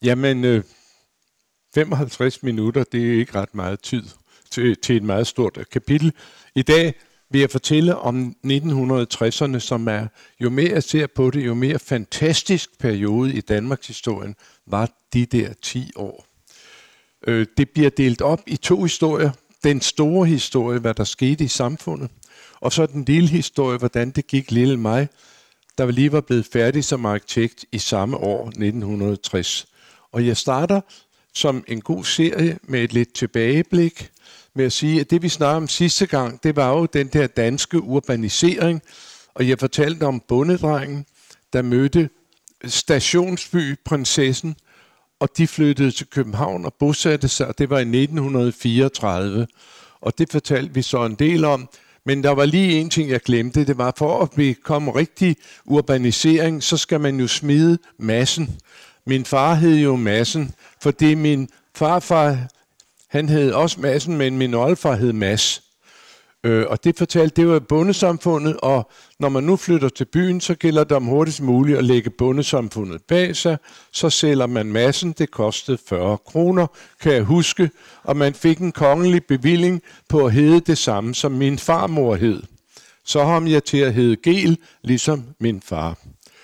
Jamen, 55 minutter, det er ikke ret meget tid til et meget stort kapitel. I dag vil jeg fortælle om 1960'erne, som er, jo mere jeg ser på det, jo mere fantastisk periode i Danmarks historien var de der 10 år. Det bliver delt op i 2 historier. Den store historie, hvad der skete i samfundet, og så den lille historie, hvordan det gik lille mig, der lige var blevet færdig som arkitekt i samme år, 1960. Og jeg starter som en god serie med et lidt tilbageblik, med at sige, at det vi snakkede om sidste gang, det var jo den der danske urbanisering, og jeg fortalte om bondedrengen, der mødte stationsbyprinsessen, og de flyttede til København og bosatte sig, og det var i 1934. Og det fortalte vi så en del om. Men der var lige en ting, jeg glemte. Det var, for at komme rigtig urbanisering, så skal man jo smide massen. Min far hed jo Madsen, fordi min farfar, han hed også Madsen, men min oldefar hed Mads. Og det fortalte, det var bondesamfundet, og når man nu flytter til byen, så gælder det om hurtigst muligt at lægge bondesamfundet bag sig. Så sælger man massen, det kostede 40 kroner, kan jeg huske, og man fik en kongelig bevilling på at hedde det samme, som min farmor hed. Så kom jeg til at hedde Gel, ligesom min far.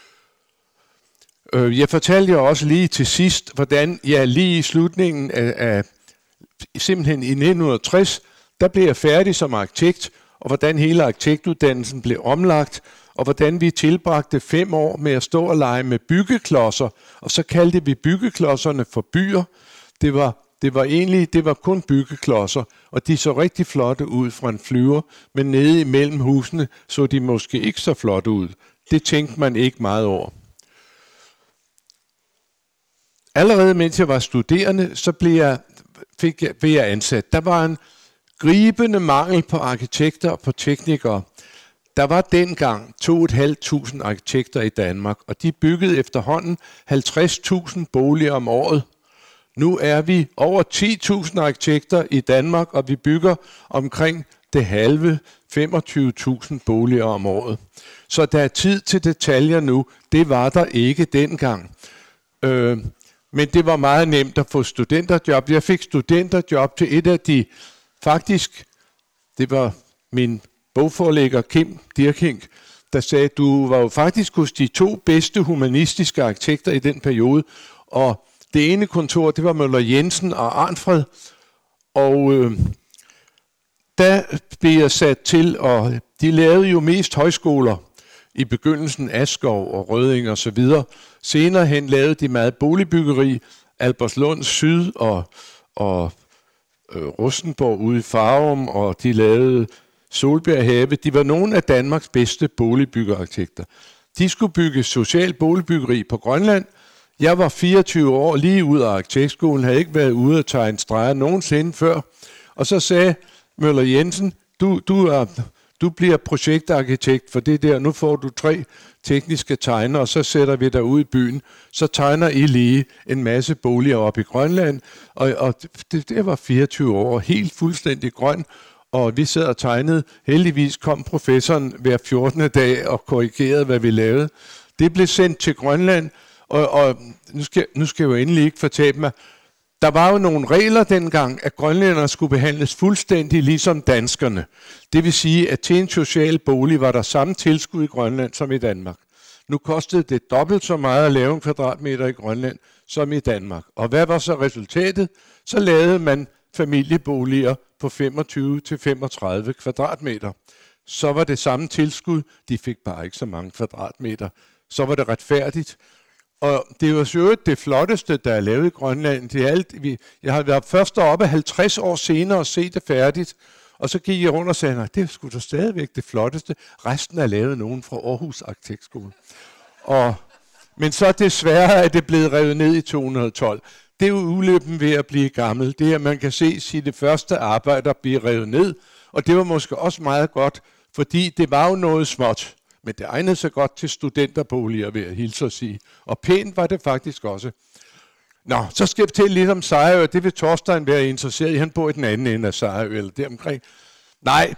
Jeg fortalte jer også lige til sidst, hvordan jeg lige i slutningen af simpelthen i 1960, der blev jeg færdig som arkitekt, og hvordan hele arkitektuddannelsen blev omlagt, og hvordan vi tilbragte 5 år med at stå og lege med byggeklodser, og så kaldte vi byggeklodserne for byer. Det var kun byggeklodser, og de så rigtig flotte ud fra en flyver, men nede imellem husene så de måske ikke så flotte ud. Det tænkte man ikke meget over. Allerede mens jeg var studerende, så blev jeg ansat. Der var en gribende mangel på arkitekter og på teknikere. Der var dengang 2.500 arkitekter i Danmark, og de byggede efterhånden 50.000 boliger om året. Nu er vi over 10.000 arkitekter i Danmark, og vi bygger omkring det halve, 25.000 boliger om året. Så der er tid til detaljer nu. Det var der ikke dengang. Men det var meget nemt at få studenterjob. Jeg fik studenterjob til et af de, faktisk, det var min bogforlægger Kim Dirking, der sagde, du var jo faktisk hos de 2 bedste humanistiske arkitekter i den periode, og det ene kontor, det var Møller Jensen og Arnfred, og der blev jeg sat til, og de lavede jo mest højskoler, i begyndelsen Askov og Rødding og så videre. Senere hen lavede de meget boligbyggeri, Albertslund Syd og Rustenborg ude i Farum, og de lavede Solbjerg Have. De var nogle af Danmarks bedste boligbyggerarkitekter. De skulle bygge social boligbyggeri på Grønland. Jeg var 24 år lige ud af arkitektskolen, havde ikke været ude at tegne streger nogensinde før. Og så sagde Møller Jensen, du bliver projektarkitekt for det der, nu får du 3 tekniske tegner, og så sætter vi dig ud i byen. Så tegner I lige en masse boliger op i Grønland, og det var 24 år, helt fuldstændig grøn, og vi sad og tegnede. Heldigvis kom professoren hver 14. dag og korrigerede, hvad vi lavede. Det blev sendt til Grønland, og nu skal jeg jo endelig ikke fortabe mig. Der var jo nogle regler dengang, at grønlændere skulle behandles fuldstændig ligesom danskerne. Det vil sige, at til en social bolig var der samme tilskud i Grønland som i Danmark. Nu kostede det dobbelt så meget at lave en kvadratmeter i Grønland som i Danmark. Og hvad var så resultatet? Så lavede man familieboliger på 25-35 kvadratmeter. Så var det samme tilskud, de fik bare ikke så mange kvadratmeter. Så var det retfærdigt. Og det var jo det flotteste, der er lavet i Grønland. Jeg har været først deroppe 50 år senere og set det færdigt. Og så gik jeg rundt og sagde, nej, det er sgu da stadigvæk det flotteste. Resten er lavet nogen fra Aarhus Arkitektskole. Men så desværre er det blevet revet ned i 212. Det er jo ulykken ved at blive gammel. Det er, at man kan se sine første arbejder blive revet ned. Og det var måske også meget godt, fordi det var jo noget småt. Men det egnede sig godt til studenterboliger, vil jeg hilse at sige. Og pænt var det faktisk også. Nå, så skal jeg fortælle lidt om Sejerø. Det vil Torstein være interesseret i. Han bor i den anden ende af Sejerø, eller deromkring. Nej,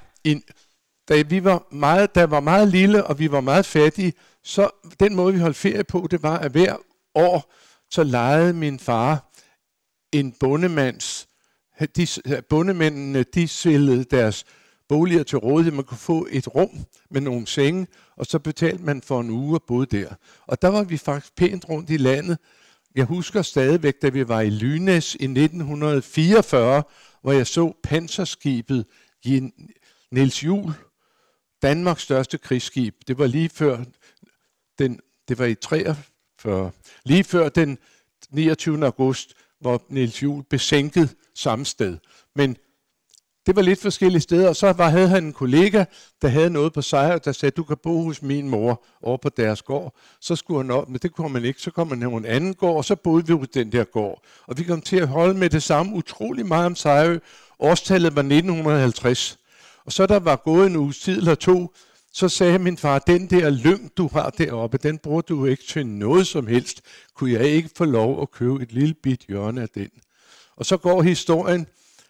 da var meget lille, og vi var meget fattige, så den måde, vi holdt ferie på, det var, at hver år, så lejede min far en bondemands. Bondemændene, de stillede deres boliger til rådighed. Man kunne få et rum med nogle senge, og så betalte man for en uge og boede der. Og der var vi faktisk pænt rundt i landet. Jeg husker stadigvæk, da vi var i Lynæs i 1944, hvor jeg så panserskibet Niels Juel, Danmarks største krigsskib. Det var lige før det var i 43, lige før den 29. august, hvor Niels Juel besænket samme sted. Men det var lidt forskellige steder, og så havde han en kollega, der havde noget på sig, der sagde, du kan bo hos min mor over på deres gård. Så skulle han op, men det kunne man ikke. Så kom man over en anden gård, og så boede vi hos den der gård. Og vi kom til at holde med det samme utrolig meget om Sejerø. Årstallet var 1950. Og så der var gået en uges tid eller to, så sagde min far, den der lyng, du har deroppe, den bruger du ikke til noget som helst. Kunne jeg ikke få lov at købe et lille bit hjørne af den? Og så går historien,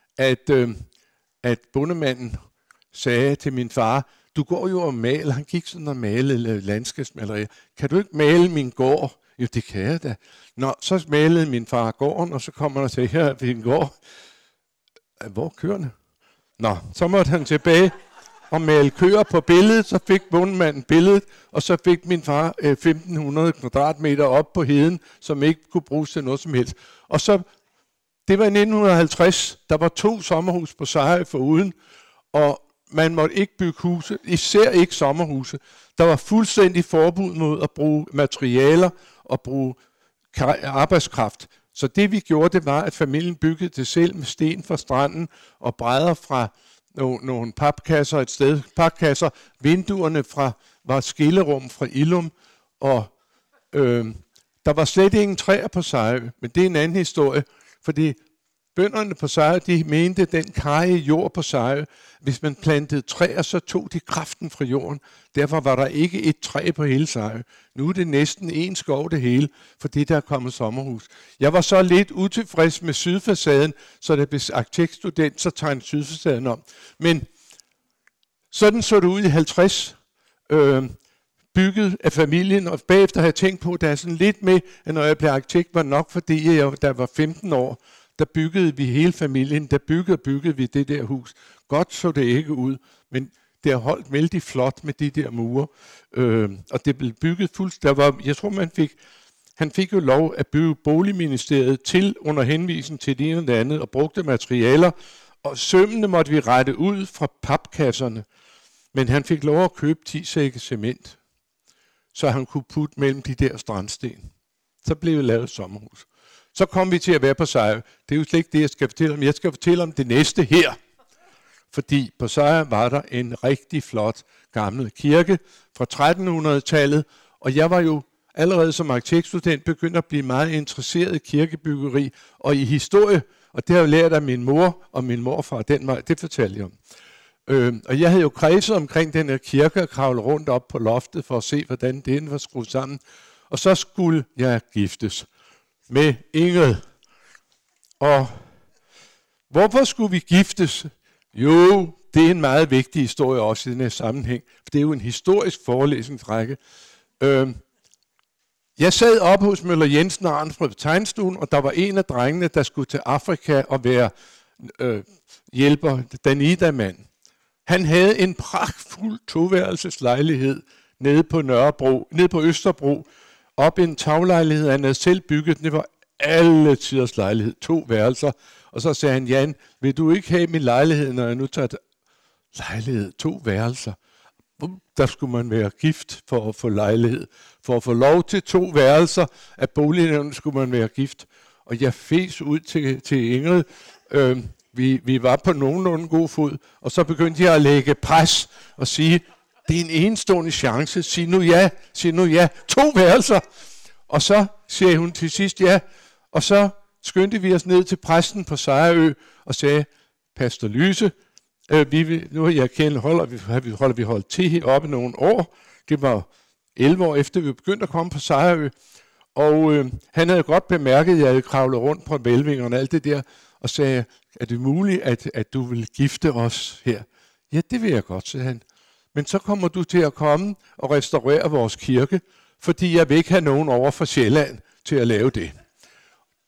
at bondemanden sagde til min far, du går jo og maler, han gik sådan og malede landskabsmalerier. Kan du ikke male min gård? Jo, det kan jeg da. Nå, så malede min far gården, og så kommer han og siger, her er din gård. Hvor er køerne? Nå, så måtte han tilbage og male køer på billedet, så fik bondemanden billedet, og så fik min far 1500 kvadratmeter op på heden, som ikke kunne bruges til noget som helst. Og så, det var i 1950, der var 2 sommerhus på Sejerø foruden, og man måtte ikke bygge huse, især ikke sommerhuse. Der var fuldstændig forbud mod at bruge materialer og bruge arbejdskraft. Så det vi gjorde, det var, at familien byggede det selv med sten fra stranden og brædder fra nogle papkasser et sted. Pakkasser, vinduerne var skillerum fra Illum, og der var slet ingen træer på Sejerø, men det er en anden historie, fordi bønderne på Sejerø, de mente, at den karrige jord på Sejerø, hvis man plantede træer, så tog de kraften fra jorden. Derfor var der ikke et træ på hele Sejerø. Nu er det næsten en skov det hele, fordi der er kommet sommerhus. Jeg var så lidt utilfreds med sydfacaden, så da jeg blev arkitektstudent, så tegnede sydfacaden om. Men sådan så det ud i 50, bygget af familien, og bagefter har jeg tænkt på, at der er sådan lidt med, at når jeg blev arkitekt, var nok fordi jeg, der var 15 år, der byggede vi hele familien, der byggede vi det der hus. Godt så det ikke ud, men det har holdt vældig flot med de der mure, og det blev bygget fuldstændig. Jeg tror, han fik jo lov at bygge Boligministeriet til under henvisning til det ene og det andet, og brugte materialer, og sømmene måtte vi rette ud fra papkasserne, men han fik lov at købe 10 sække cement, så han kunne putte mellem de der strandsten. Så blev det lavet et sommerhus. Så kom vi til at være på Sejerø. Det er jo slet ikke det, jeg skal fortælle om. Jeg skal fortælle om det næste her. Fordi på Sejerø var der en rigtig flot gammel kirke fra 1300-tallet, og jeg var jo allerede som arkitektstudent begyndt at blive meget interesseret i kirkebyggeri og i historie, og det har jeg lært af min mor og min morfar, det fortalte jeg om. Og jeg havde jo kredset omkring den her kirke og kravlet rundt op på loftet for at se, hvordan den var skruet sammen. Og så skulle jeg giftes med Ingrid. Og hvorfor skulle vi giftes? Jo, det er en meget vigtig historie også i den her sammenhæng, for det er jo en historisk forelæsningsrække. Jeg sad op hos Møller Jensen og Arne fra tegnestuen, og der var en af drengene, der skulle til Afrika og være hjælper, Danida-mand. Han havde en pragtfuld toværelseslejlighed nede på Nørrebro, nede på Østerbro, op i en taglejlighed, han havde selv bygget. Det var alle tiders lejlighed, 2 værelser. Og så sagde han, Jan, vil du ikke have min lejlighed, når jeg nu tager lejlighed, 2 værelser? Der skulle man være gift for at få lejlighed. For at få lov til 2 værelser af bolignævnet skulle man være gift. Og jeg fes ud til Ingrid. Vi var på nogenlunde god fod, og så begyndte jeg at lægge pres og sige, det er en enestående chance, sig nu ja, 2 værelser. Og så siger hun til sidst ja, og så skyndte vi os ned til præsten på Sejerø og sagde, Pastor Lyse, nu har jeg kendt, holder vi holdt til heroppe nogle år. Det var 11 år efter, vi begyndte at komme på Sejerø. Og han havde godt bemærket, at jeg havde kravlet rundt på vælvingerne og alt det der, og sagde, er det muligt, at du vil gifte os her? Ja, det vil jeg godt, sagde han. Men så kommer du til at komme og restaurere vores kirke, fordi jeg vil ikke have nogen over fra Sjælland til at lave det.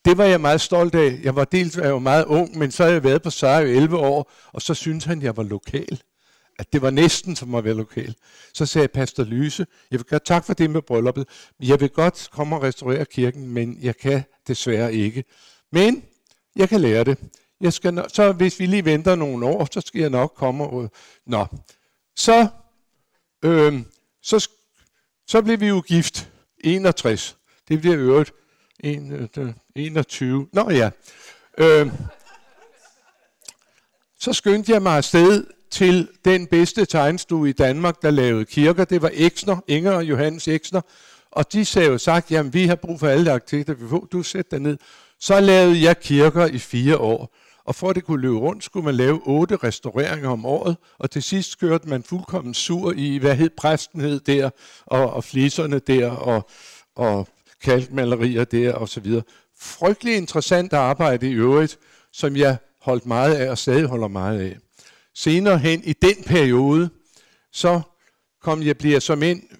Det var jeg meget stolt af. Jeg var meget ung, men så havde jeg været på Sejerø 11 år, og så syntes han, jeg var lokal. At det var næsten som at være lokal. Så sagde Pastor Lyse, jeg vil godt tak for det med brylluppet. Jeg vil godt komme og restaurere kirken, men jeg kan desværre ikke. Men jeg kan lære det. Så hvis vi lige venter nogle år, så skal jeg nok komme. Så blev vi jo gift. 61. Det bliver øvrigt 21. Så skyndte jeg mig afsted til den bedste tegnestue i Danmark, der lavede kirker. Det var Exner, Inger og Johannes Exner. Og de sagde jo sagt, jamen vi har brug for alle arkitekter, vi får, du sæt dig ned. Så lavede jeg kirker i 4 år. Og for at det kunne løbe rundt, skulle man lave 8 restaureringer om året. Og til sidst kørte man fuldkommen sur i, hvad hed præsten hed der, og fliserne der, og kalkmalerier der, og så videre. Frygtelig interessant arbejde i øvrigt, som jeg holdt meget af, og stadig holder meget af. Senere hen i den periode, så bliver jeg som en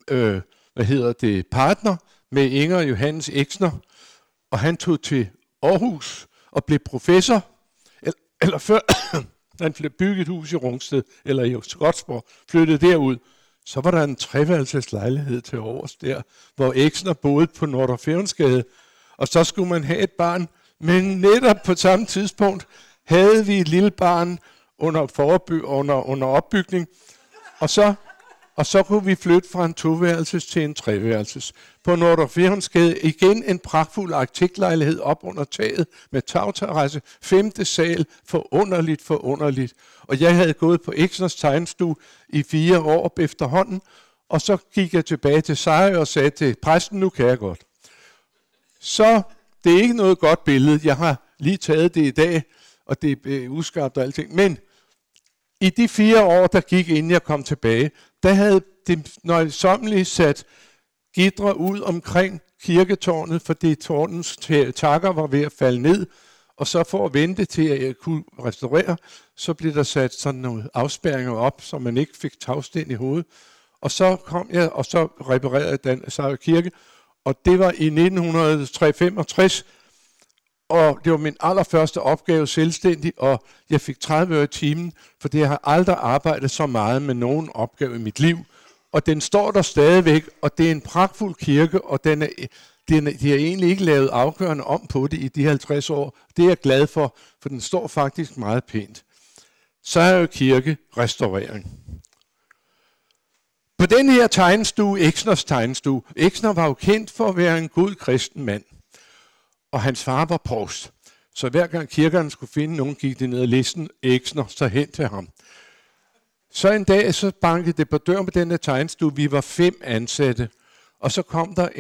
partner med Inger og Johannes Exner, og han tog til Aarhus og blev professor, eller før han blev bygget et hus i Rungsted, eller i Skotsborg, flyttede derud, så var der en 3-værelses lejlighed til overs der, hvor Exner boede på Nordre Fævnsgade, og så skulle man have et barn, men netop på samme tidspunkt havde vi et lille barn under opbygning, og så kunne vi flytte fra en 2-værelses til en 3-værelses. På Nordre Fævnsgade igen en pragtfuld arkitektlejlighed op under taget med tagterrasse, 5. sal, forunderligt. Og jeg havde gået på Exners tegnestue i 4 år efterhånden, og så gik jeg tilbage til Sejerø og sagde til præsten, nu kan jeg godt. Så det er ikke noget godt billede, jeg har lige taget det i dag, og det er uskarpt og alting, men i de 4 år, der gik, inden jeg kom tilbage, der havde det nøjsommeligt sat gitre ud omkring kirketårnet, fordi tårnens takker var ved at falde ned, og så for at vente til, at jeg kunne restaurere, så blev der sat sådan nogle afspærringer op, så man ikke fik tagsten i hovedet. Og så kom jeg, og så reparerede den Sejerø Kirke, og det var i 1965, og det var min allerførste opgave selvstændig, og jeg fik 30 øre i timen, for jeg har aldrig arbejdet så meget med nogen opgave i mit liv. Og den står der stadigvæk, og det er en pragtfuld kirke, og de har egentlig ikke lavet afgørende om på det i de 50 år. Det er jeg glad for den står faktisk meget pænt. Sejerø Kirke restaurering. På den her tegnestue, Exners tegnestue, Exner var jo kendt for at være en god kristen mand. Og hans far var provst. Så hver gang kirkerne skulle finde nogen, gik de ned ad listen, Exner, så hen til ham. Så en dag, så bankede det på døren på den her tegnestue. Vi var 5 ansatte. Og så kom der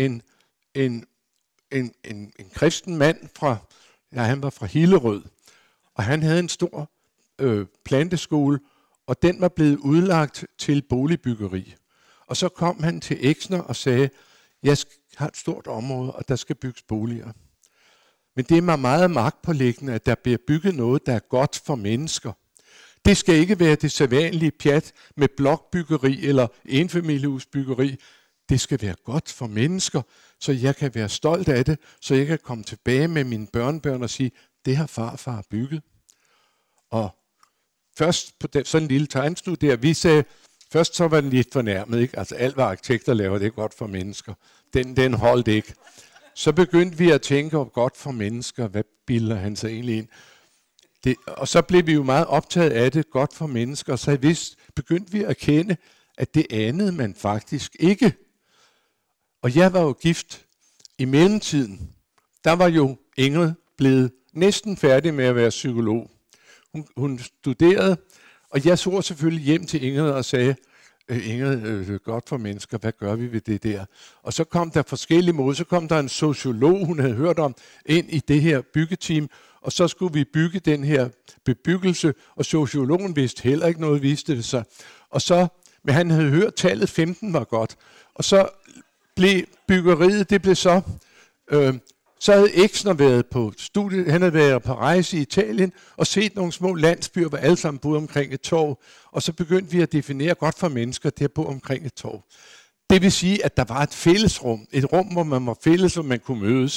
en kristen mand han var fra Hillerød. Og han havde en stor planteskole, og den var blevet udlagt til boligbyggeri. Og så kom han til Exner og sagde, jeg har et stort område, og der skal bygges boliger. Men det er mig meget magtpåliggende, at der bliver bygget noget, der er godt for mennesker. Det skal ikke være det sædvanlige pjat med blokbyggeri eller enfamiliehusbyggeri. Det skal være godt for mennesker, så jeg kan være stolt af det, så jeg kan komme tilbage med mine børnebørn og sige, det har farfar bygget. Og først på sådan en lille tegnestue der, vi sagde, først så var den lidt fornærmet, ikke? Altså alt hvad arkitekter laver, det er godt for mennesker. Den holdt ikke. Så begyndte vi at tænke om godt for mennesker, hvad bilder han sig egentlig ind? Og så blev vi jo meget optaget af det, godt for mennesker, og så begyndte vi at kende, at det anede man faktisk ikke. Og jeg var jo gift i mellemtiden. Der var jo Ingrid blevet næsten færdig med at være psykolog. Hun studerede, og jeg så selvfølgelig hjem til Ingrid og sagde, Ingrid, godt for mennesker, hvad gør vi ved det der? Og så kom der forskellige måder, så kom der en sociolog, hun havde hørt om, ind i det her byggeteam, og så skulle vi bygge den her bebyggelse, og sociologen vidste heller ikke noget, viste det sig. Men han havde hørt, tallet 15 var godt, og så blev byggeriet, det blev så havde Exner været på studie, han havde været på rejse i Italien og set nogle små landsbyer, hvor alle sammen boede omkring et torv. Og så begyndte vi at definere godt for mennesker, det at bo omkring et torv. Det vil sige, at der var et fællesrum, et rum, hvor man var fælles, hvor man kunne mødes.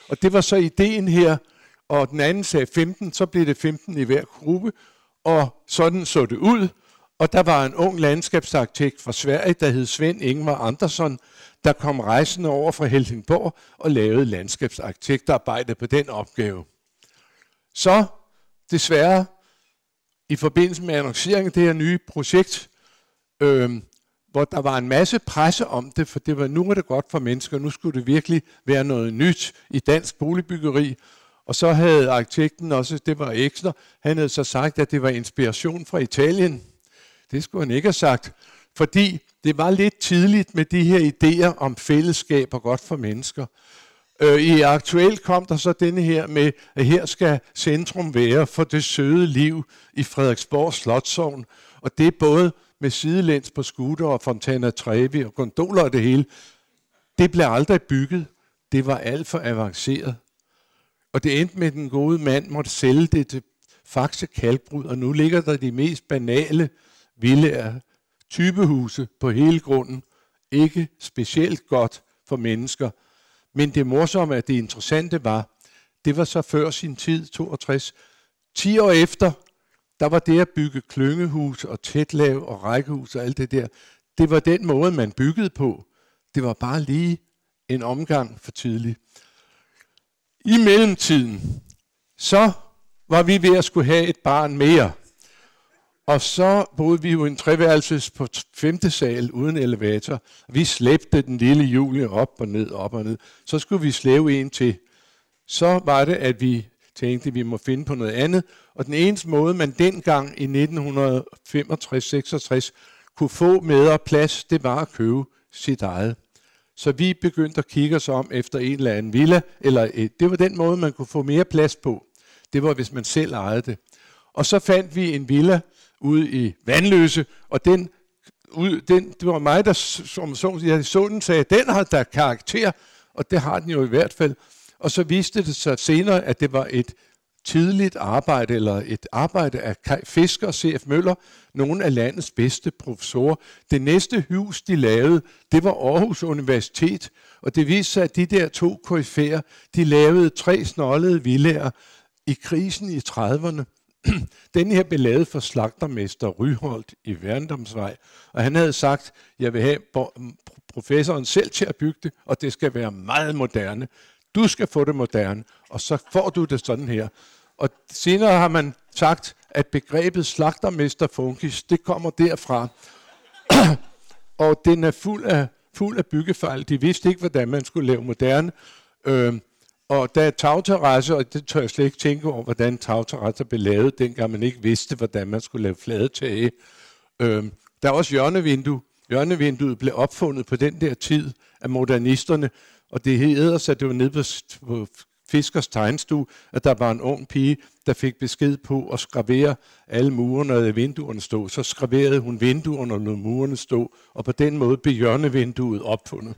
Og det var så ideen her, og den anden sagde 15, så blev det 15 i hver gruppe, og sådan så det ud. Og der var en ung landskabsarkitekt fra Sverige, der hed Sven Ingvar Andersson, der kom rejsende over fra Helsingborg og lavede landskabsarkitektarbejde på den opgave. Så desværre, i forbindelse med annonceringen af det her nye projekt, hvor der var en masse presse om det, for det var, nu var det godt for mennesker, nu skulle det virkelig være noget nyt i dansk boligbyggeri. Og så havde arkitekten også, det var Exner, han havde så sagt, at det var inspiration fra Italien. Det skulle han ikke have sagt, fordi det var lidt tidligt med de her idéer om fællesskab og godt for mennesker. I Aktuelt kom der så denne her med, at her skal centrum være for det søde liv i Frederiksborg Slotssogn. Og det er både med sidelæns på Scooter og Fontana Trevi og gondoler og det hele. Det blev aldrig bygget. Det var alt for avanceret. Og det endte med, at den gode mand måtte sælge det til Faxe Kalkbrud, og nu ligger der de mest banale villaer, typehuse på hele grunden. Ikke specielt godt for mennesker. Men det morsomme, at det interessante var, det var så før sin tid, 62. 10 år efter, der var det at bygge klyngehus og tætlav og rækkehus og alt det der. Det var den måde, man byggede på. Det var bare lige en omgang for tidligt. I mellemtiden, så var vi ved at skulle have et barn mere. Og så boede vi jo i en treværelses på 5. sal uden elevator. Vi slæbte den lille Julie op og ned, op og ned. Så skulle vi slæve en til. Så var det, at vi tænkte, at vi må finde på noget andet. Og den eneste måde, man dengang i 1965-66 kunne få mere plads, det var at købe sit eget. Så vi begyndte at kigge os om efter en eller anden villa. Det var den måde, man kunne få mere plads på. Det var, hvis man selv ejede det. Og så fandt vi en villa ude i Vandløse, og det var mig, der jeg så den, sagde, den har der karakter, og det har den jo i hvert fald. Og så viste det sig senere, at det var et tidligt arbejde, eller et arbejde af Kai Fisker og C.F. Møller, nogle af landets bedste professorer. Det næste hus, de lavede, det var Aarhus Universitet, og det viste sig, at de der 2 koryfæer, de lavede 3 snollede villaer i krisen i 30'erne. Den her blev lavet for slagtermester Ryholdt i Værndomsvej, og han havde sagt, jeg vil have professoren selv til at bygge det, og det skal være meget moderne. Du skal få det moderne, og så får du det sådan her. Og senere har man sagt, at begrebet slagtermester funkis, det kommer derfra. Og den er fuld af byggefejl. De vidste ikke, hvordan man skulle lave moderne. Og der er tagterrasse, og det tør jeg slet ikke tænke over, hvordan tagterrasser blev lavet, dengang man ikke vidste, hvordan man skulle lave flade tage. Der er også hjørnevindue. Hjørnevinduet blev opfundet på den der tid af modernisterne, og det hedder sig, at det var nede på Fiskers tegnestue, at der var en ung pige, der fik besked på at skravere alle murerne, og vinduerne stod. Så skraverede hun vinduerne, når murene stod, og på den måde blev hjørnevinduet opfundet.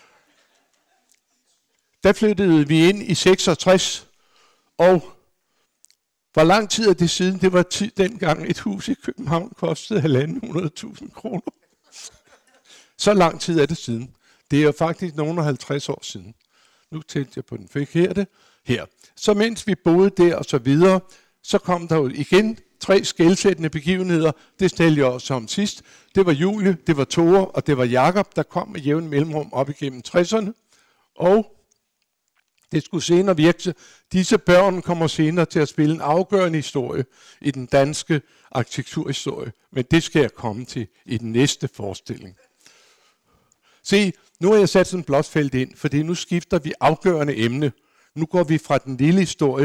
Der flyttede vi ind i 66, og hvor lang tid er det siden? Det var dengang et hus i København kostede 1.500.000 kroner. Så lang tid er det siden. Det er jo faktisk nogen af 50 år siden. Nu tænkte jeg på den, fik her. Så mens vi boede der og så videre, så kom der jo igen 3 skelsættende begivenheder. Det talte jeg også om sidst. Det var Julie, det var Tore og det var Jakob, der kom med jævn mellemrum op igennem 60'erne. Og det skulle senere virke. Disse børn kommer senere til at spille en afgørende historie i den danske arkitekturhistorie. Men det skal jeg komme til i den næste forestilling. Se, nu har jeg sat sådan et blåtfelt ind, fordi nu skifter vi afgørende emne. Nu går vi fra den lille historie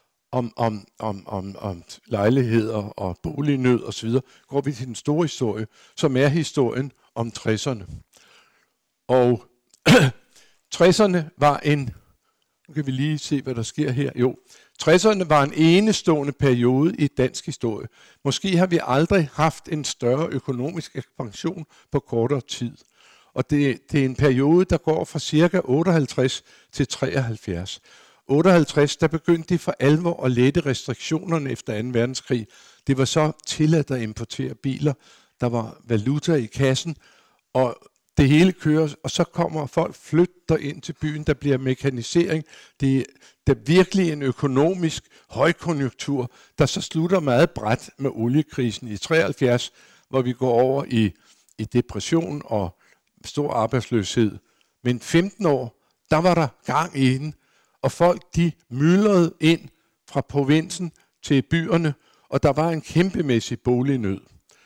om lejligheder og bolignød osv., går vi til den store historie, som er historien om 60'erne. Og 60'erne var nu kan vi lige se, hvad der sker her. Jo, 60'erne var en enestående periode i dansk historie. Måske har vi aldrig haft en større økonomisk ekspansion på kortere tid. Og det er en periode, der går fra ca. 58 til 73. 58, der begyndte de for alvor at lette restriktionerne efter 2. verdenskrig. Det var så tilladt at importere biler. Der var valuta i kassen, og det hele kører, og så kommer folk flytter ind til byen, der bliver mekanisering. Det er virkelig en økonomisk højkonjunktur, der så slutter meget brat med oliekrisen i 73, hvor vi går over i depression og stor arbejdsløshed. Men 15 år, der var der gang i den, og folk de myldrede ind fra provinsen til byerne, og der var en kæmpemæssig bolignød.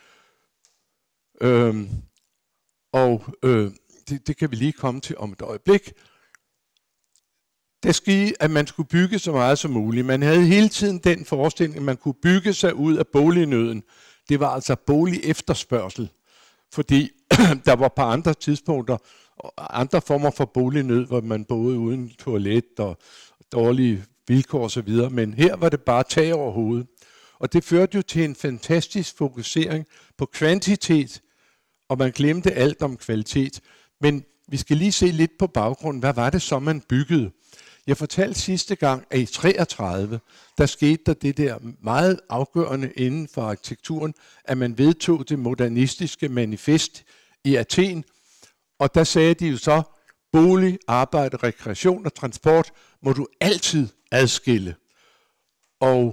Det kan vi lige komme til om et øjeblik. Der skete, at man skulle bygge så meget som muligt. Man havde hele tiden den forestilling, at man kunne bygge sig ud af bolignøden. Det var altså bolig efterspørgsel, fordi der var på andre tidspunkter andre former for bolignød, hvor man boede uden toilet og dårlige vilkår osv., men her var det bare tag over hovedet. Og det førte jo til en fantastisk fokusering på kvantitet, og man glemte alt om kvalitet. Men vi skal lige se lidt på baggrunden. Hvad var det så, man byggede? Jeg fortalte sidste gang, at i 33, der skete der det der meget afgørende inden for arkitekturen, at man vedtog det modernistiske manifest i Athen, og der sagde de jo så, bolig, arbejde, rekreation og transport må du altid adskille. Og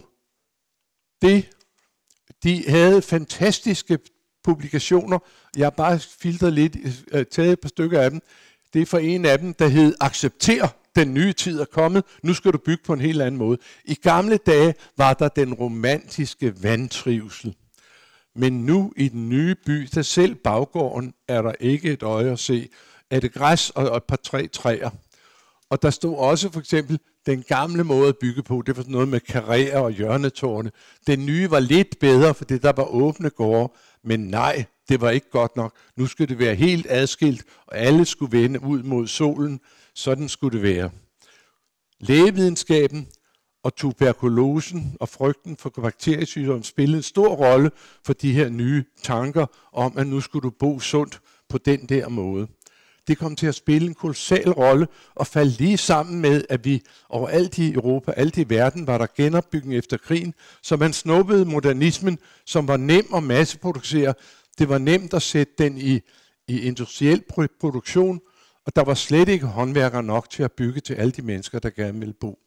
de havde fantastiske publikationer. Jeg har bare filtret lidt, taget et par stykker af dem. Det er for en af dem, der hed Accepter, den nye tid er kommet. Nu skal du bygge på en helt anden måde. I gamle dage var der den romantiske vantrivsel. Men nu i den nye by, der selv baggården, er der ikke et øje at se. Er det græs og et par træer. Og der stod også for eksempel den gamle måde at bygge på. Det var sådan noget med karréer og hjørnetårne. Den nye var lidt bedre, fordi der var åbne gårde. Men nej, det var ikke godt nok. Nu skulle det være helt adskilt, og alle skulle vende ud mod solen. Sådan skulle det være. Lægevidenskaben og tuberkulosen og frygten for bakteriesygdom spillede en stor rolle for de her nye tanker om, at nu skulle du bo sundt på den der måde. Det kom til at spille en kolossal rolle og falde lige sammen med, at vi overalt i Europa, alt i verden, var der genopbygning efter krigen, så man snuppede modernismen, som var nem at masseproducere. Det var nemt at sætte den i industriel produktion, og der var slet ikke håndværkere nok til at bygge til alle de mennesker, der gerne ville bo.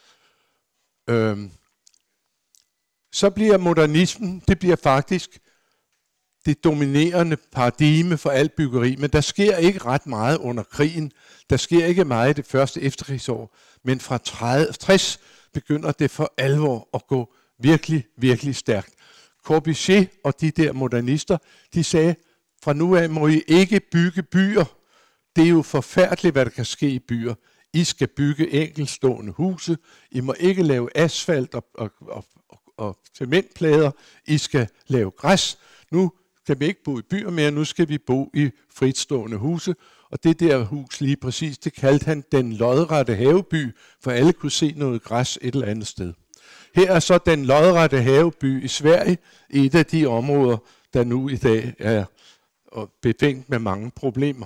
Så bliver modernismen, det bliver faktisk det dominerende paradigme for alt byggeri, men der sker ikke ret meget under krigen. Der sker ikke meget i det første efterkrigsår, men fra 60 begynder det for alvor at gå virkelig, virkelig stærkt. Corbusier og de der modernister, de sagde, fra nu af må I ikke bygge byer. Det er jo forfærdeligt, hvad der kan ske i byer. I skal bygge enkeltstående huse. I må ikke lave asfalt og cementplader. I skal lave græs. Nu skal vi ikke bo i byer mere, nu skal vi bo i fritstående huse. Og det der hus lige præcis, det kaldte han den lodrette haveby, for alle kunne se noget græs et eller andet sted. Her er så den lodrette haveby i Sverige, et af de områder, der nu i dag er befængt med mange problemer.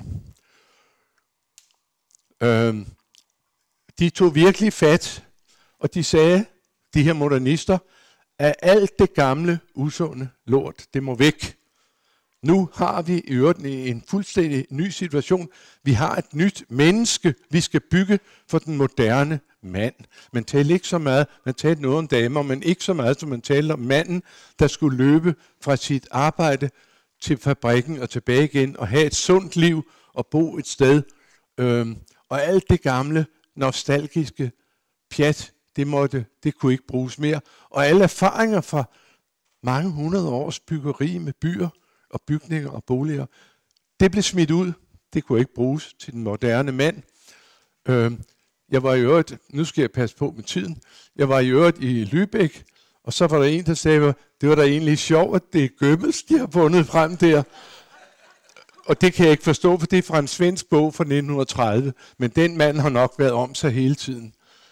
De tog virkelig fat, og de sagde, de her modernister, at alt det gamle, usunde lort, det må væk. Nu har vi i øvrigt en fuldstændig ny situation. Vi har et nyt menneske, vi skal bygge for den moderne mand. Man talte ikke så meget, man talte noget om damer, men ikke så meget, som man talte om manden, der skulle løbe fra sit arbejde til fabrikken og tilbage igen, og have et sundt liv og bo et sted. Og alt det gamle, nostalgiske pjat, det kunne ikke bruges mere. Og alle erfaringer fra mange hundrede års byggeri med byer og bygninger og boliger, det blev smidt ud. Det kunne ikke bruges til den moderne mand. Jeg var i øvrigt, nu skal jeg passe på med tiden, jeg var i øvrigt i Lübeck, og så var der en, der sagde, det var da egentlig sjovt, at det er Goebbels, de har fundet frem der. Og det kan jeg ikke forstå, for det er fra en svensk bog fra 1930, men den mand har nok været om sig hele tiden.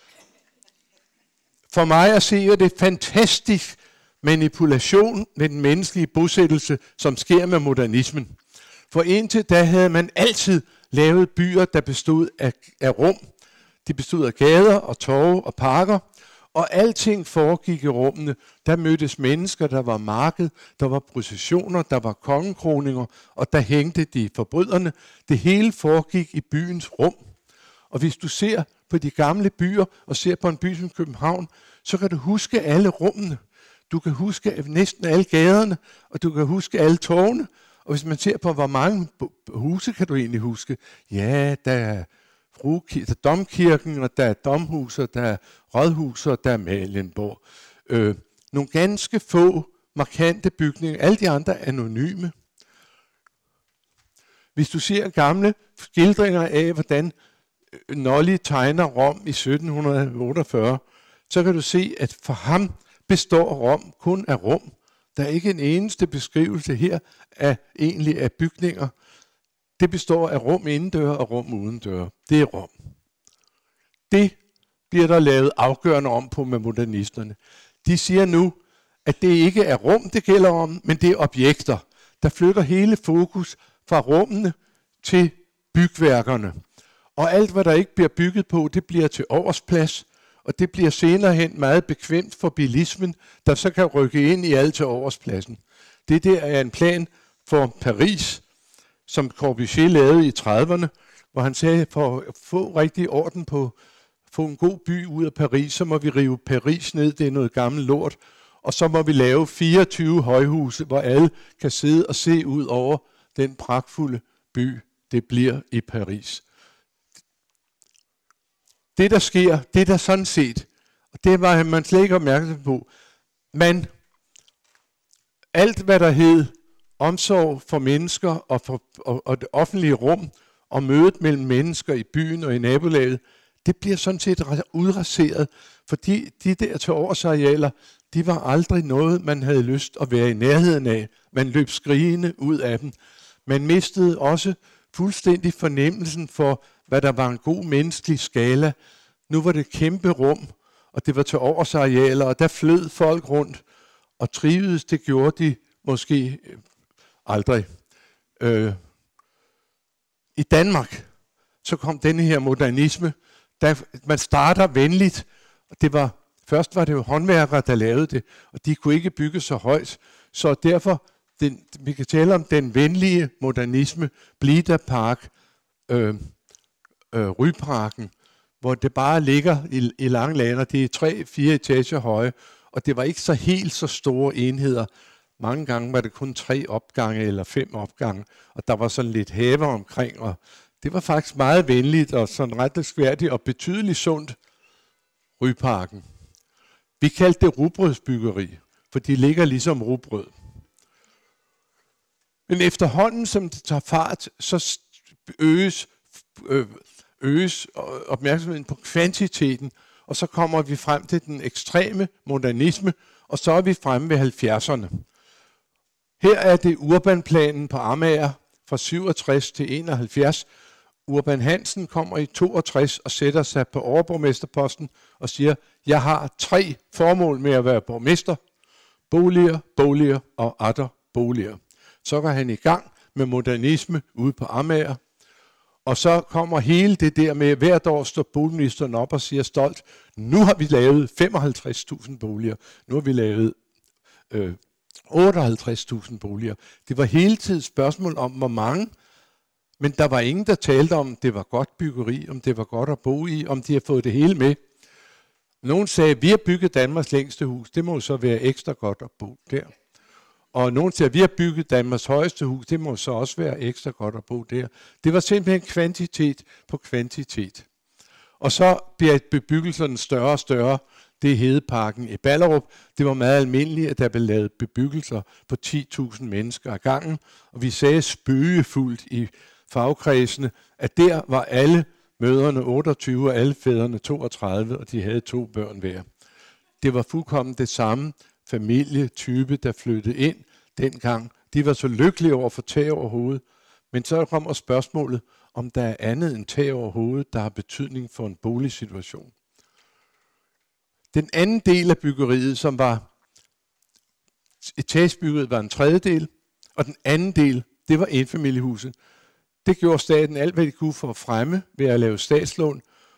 For mig at se, er det fantastisk manipulation med den menneskelige bosættelse, som sker med modernismen. For indtil da havde man altid lavet byer, der bestod af rum. De bestod af gader og torve og parker, Og alting foregik i rummene. Der mødtes mennesker, der var marked, der var processioner, der var kongekroninger, og der hængte de forbryderne. Det hele foregik i byens rum. Og hvis du ser på de gamle byer, og ser på en by som København, så kan du huske alle rummene. Du kan huske næsten alle gaderne, og du kan huske alle tårne. Og hvis man ser på, hvor mange huse kan du egentlig huske? Ja, der er Domkirken, og der er Domhuset, der er Rådhuset, og der er Malienborg. Nogle ganske få markante bygninger. Alle de andre er anonyme. Hvis du ser gamle skildringer af, hvordan Nolli tegner Rom i 1748, så kan du se, at for ham består Rom kun af rum. Der er ikke en eneste beskrivelse her af bygninger. Det består af rum indendør og rum udendør. Det er Rom. Det bliver der lavet afgørende om på med modernisterne. De siger nu, at det ikke er rum, det gælder om, men det er objekter, der flytter hele fokus fra rummene til bygværkerne. Og alt, hvad der ikke bliver bygget på, det bliver til oversplads, og det bliver senere hen meget bekvemt for bilismen, der så kan rykke ind i alt til overspladsen. Det der er en plan for Paris, som Corbusier lavede i 30'erne, hvor han sagde, for at få rigtig orden på, få en god by ud af Paris, så må vi rive Paris ned, det er noget gammelt lort, og så må vi lave 24 højhuse, hvor alle kan sidde og se ud over den pragtfulde by, det bliver i Paris. Det, der sker, det er der sådan set, og det var man slet ikke opmærksom på, men alt, hvad der hed omsorg for mennesker og det offentlige rum, og mødet mellem mennesker i byen og i nabolaget, det bliver sådan set udraseret, fordi de der til årsarealer, de var aldrig noget, man havde lyst at være i nærheden af. Man løb skrigende ud af dem. Man mistede også fuldstændig fornemmelsen for, hvad der var en god menneskelig skala. Nu var det kæmpe rum, og det var til årsarealer, og der flød folk rundt, og trivedes, det gjorde de måske aldrig. I Danmark, så kom denne her modernisme, man starter venligt, og først var det jo håndværkere, der lavede det, og de kunne ikke bygge så højt, så derfor, vi kan tale om den venlige modernisme, Blida Park, Ryparken, hvor det bare ligger i lange laner, det er 3-4 etager høje, og det var ikke så helt så store enheder. Mange gange var det kun 3 opgange eller 5 opgange, og der var sådan lidt haver omkring, og det var faktisk meget venligt og sådan ret elskværdigt og betydeligt sundt, Ryparken. Vi kaldte det rugbrødsbyggeri, for de ligger ligesom rugbrød. Men efterhånden, som det tager fart, så øges opmærksomheden på kvantiteten, og så kommer vi frem til den ekstreme modernisme, og så er vi fremme ved 70'erne. Her er det Urbanplanen på Amager fra 67 til 71. Urban Hansen kommer i 62 og sætter sig på overborgmesterposten og siger, jeg har 3 formål med at være borgmester. Boliger, boliger og atter boliger. Så går han i gang med modernisme ude på Amager. Og så kommer hele det der med, hvert år står boligministeren op og siger stolt, nu har vi lavet 55.000 boliger. Nu har vi lavet 58.000 boliger. Det var hele tiden et spørgsmål om, hvor mange, men der var ingen, der talte om, det var godt byggeri, om det var godt at bo i, om de har fået det hele med. Nogen sagde, vi har bygget Danmarks længste hus, det må så være ekstra godt at bo der. Og nogen sagde, vi har bygget Danmarks højeste hus, det må så også være ekstra godt at bo der. Det var simpelthen kvantitet på kvantitet. Og så bliver bebyggelserne større og større. Det er Hedeparken i Ballerup. Det var meget almindeligt, at der blev lavet bebyggelser på 10.000 mennesker ad gangen. Og vi sagde spøgefuldt i fagkredsene, at der var alle mødrene 28 og alle fædrene 32, og de havde 2 børn hver. Det var fuldkommen det samme familietype, der flyttede ind dengang. De var så lykkelige over at få tag over hovedet. Men så kommer spørgsmålet, om der er andet end tag over hovedet, der har betydning for en boligsituation. Den anden del af byggeriet, som var etagebyggeriet, var en tredjedel, og den anden del, det var enfamiliehuse. Det gjorde staten alt, hvad de kunne for at fremme ved at lave statslån,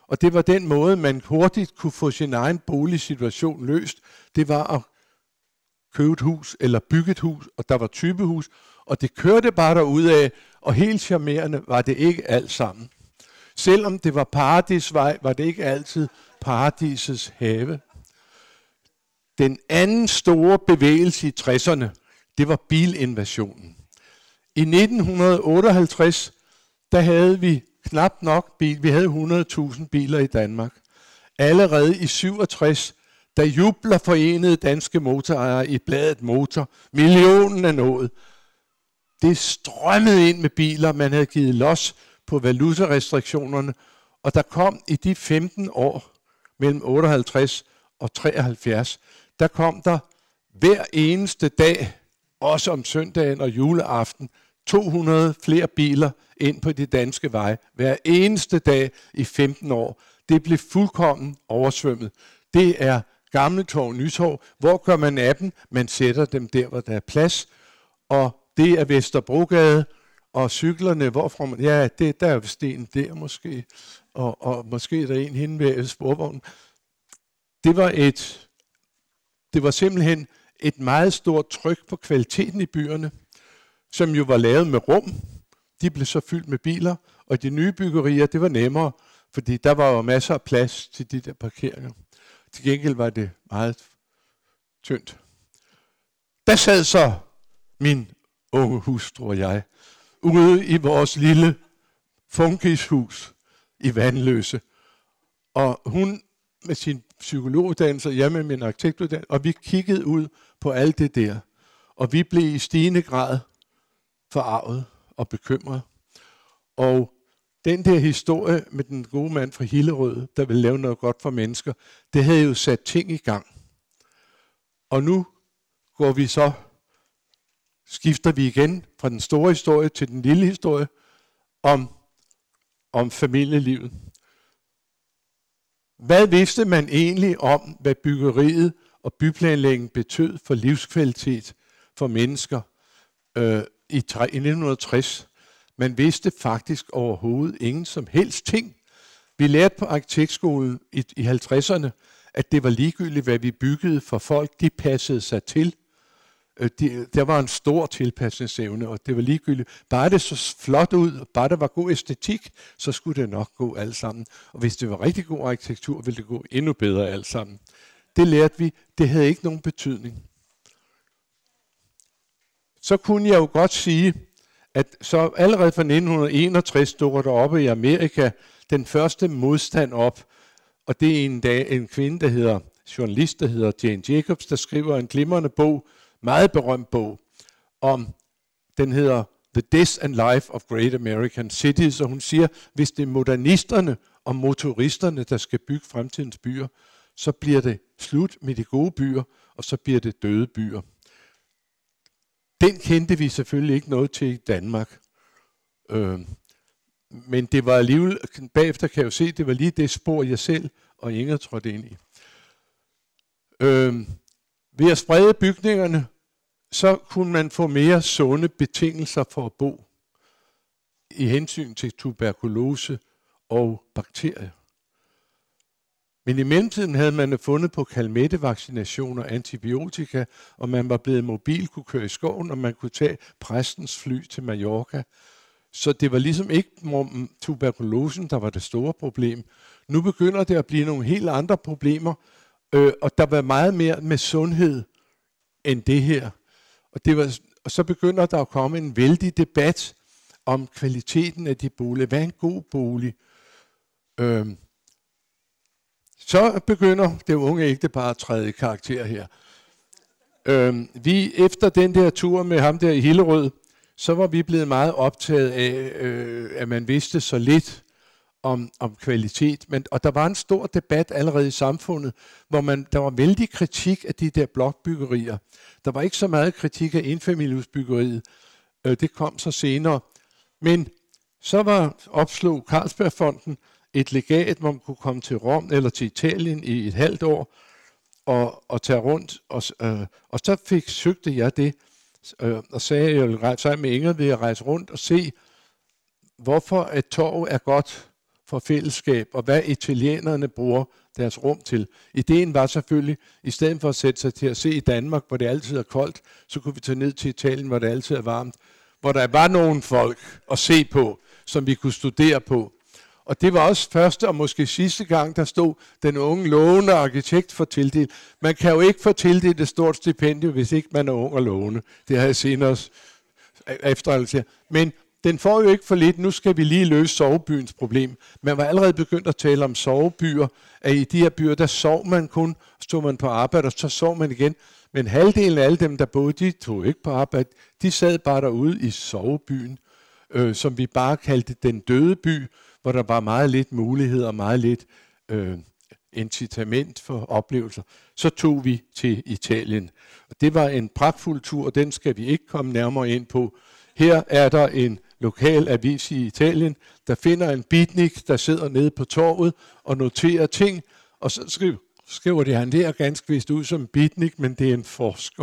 Og det var den måde, man hurtigt kunne få sin egen boligsituation løst. Det var at købe et hus eller bygge et hus, og der var typehus, og det kørte bare derudad, og helt charmerende var det ikke alt sammen. Selvom det var paradisvej, var det ikke altid paradisets have. Den anden store bevægelse i 60'erne, det var bilinvasionen. I 1958, der havde vi knap nok bil. Vi havde 100.000 biler i Danmark. Allerede i 67, der jubler Forenede Danske Motorejere i bladet Motor. Millionen er nået. Det strømmede ind med biler. Man havde givet los på valutarestriktionerne. Og der kom i de 15 år, mellem 58 og 73, der kom der hver eneste dag, også om søndagen og juleaften, 200 flere biler ind på de danske veje. Hver eneste dag i 15 år. Det blev fuldkommen oversvømmet. Det er Gamletorv, Nytorv. Hvor gør man af dem? Man sætter dem der, hvor der er plads. Og det er Vesterbrogade. Og cyklerne, hvorfra man... Ja, der er vist en der måske. Og måske er der en henne ved sporvognen. Det var simpelthen et meget stort tryk på kvaliteten i byerne, som jo var lavet med rum. De blev så fyldt med biler, og de nye byggerier, det var nemmere, fordi der var jo masser af plads til de der parkeringer. Til gengæld var det meget tyndt. Der sad så min unge hustru og jeg ude i vores lille funkishus i Vandløse, og hun med sin psykologuddannelse, jeg med min arkitektuddannelse, og vi kiggede ud på alt det der, og vi blev i stigende grad forarvet og bekymret. Og den der historie med den gode mand fra Hillerød, der ville lave noget godt for mennesker, det havde jo sat ting i gang. Og nu skifter vi igen fra den store historie til den lille historie om familielivet. Hvad vidste man egentlig om, hvad byggeriet og byplanlægning betød for livskvalitet for mennesker i 1960? Man vidste faktisk overhovedet ingen som helst ting. Vi lærte på arkitektskolen i 50'erne, at det var ligegyldigt, hvad vi byggede for folk. De passede sig til. Der var en stor tilpasningsevne, og det var ligegyldigt. Bare det så flot ud, og bare der var god æstetik, så skulle det nok gå alt sammen. Og hvis det var rigtig god arkitektur, ville det gå endnu bedre alt sammen. Det lærte vi. Det havde ikke nogen betydning. Så kunne jeg jo godt sige, at så allerede fra 1961 dukker der oppe i Amerika den første modstand op, og det er en kvinde, journalist, der hedder Jane Jacobs, der skriver en glimrende bog, meget berømt bog, den hedder The Death and Life of Great American Cities, og hun siger, hvis det er modernisterne og motoristerne, der skal bygge fremtidens byer, så bliver det slut med de gode byer, og så bliver det døde byer. Den kendte vi selvfølgelig ikke noget til i Danmark. Men det var alligevel, bagefter kan jeg jo se, det var lige det spor, jeg selv og Inger trådte ind i. Ved at sprede bygningerne, så kunne man få mere sunde betingelser for at bo i hensyn til tuberkulose og bakterier. Men i mellemtiden havde man fundet på kalmettevaccinationer og antibiotika, og man var blevet mobil, kunne køre i skoven, og man kunne tage præstens fly til Mallorca. Så det var ligesom ikke tuberkulosen, der var det store problem. Nu begynder det at blive nogle helt andre problemer, og der var meget mere med sundhed end det her. Og så begynder der at komme en vældig debat om kvaliteten af de boliger. Hvad er en god bolig? Så begynder det unge ægtepar at træde i karakter her. Vi efter den der tur med ham der i Hillerød, så var vi blevet meget optaget af, at man vidste så lidt om kvalitet. Og der var en stor debat allerede i samfundet, hvor der var vældig kritik af de der blokbyggerier. Der var ikke så meget kritik af enfamiliehusbyggeriet. Det kom så senere. Men så opslog Carlsbergfonden et legat, hvor man kunne komme til Rom eller til Italien i et halvt år og tage rundt. Og så søgte jeg det, og sagde, at jeg ville sammen med Inger ved at rejse rundt og se, hvorfor et torv er godt, for fællesskab, og hvad italienerne bruger deres rum til. Ideen var selvfølgelig, i stedet for at sætte sig til at se i Danmark, hvor det altid er koldt, så kunne vi tage ned til Italien, hvor det altid er varmt, hvor der var nogle folk at se på, som vi kunne studere på. Og det var også første og måske sidste gang, der stod den unge lovende arkitekt for tildelt. Man kan jo ikke få tildelt et stort stipendium, hvis ikke man er ung og lovende. Det har jeg senere efterrettet. Men den får jo ikke for lidt. Nu skal vi lige løse sovebyens problem. Man var allerede begyndt at tale om sovebyer, at i de her byer, der sov man kun, stod man på arbejde, og så sov man igen. Men halvdelen af alle dem, der boede, de tog ikke på arbejde. De sad bare derude i sovebyen, som vi bare kaldte den døde by, hvor der var meget lidt mulighed og meget lidt incitament for oplevelser. Så tog vi til Italien. Og det var en pragtfuld tur, og den skal vi ikke komme nærmere ind på. Her er der en lokal avis i Italien, der finder en beatnik, der sidder nede på torvet og noterer ting, og så skriver det, han der ganske vist ud som beatnik, men det er en forsker.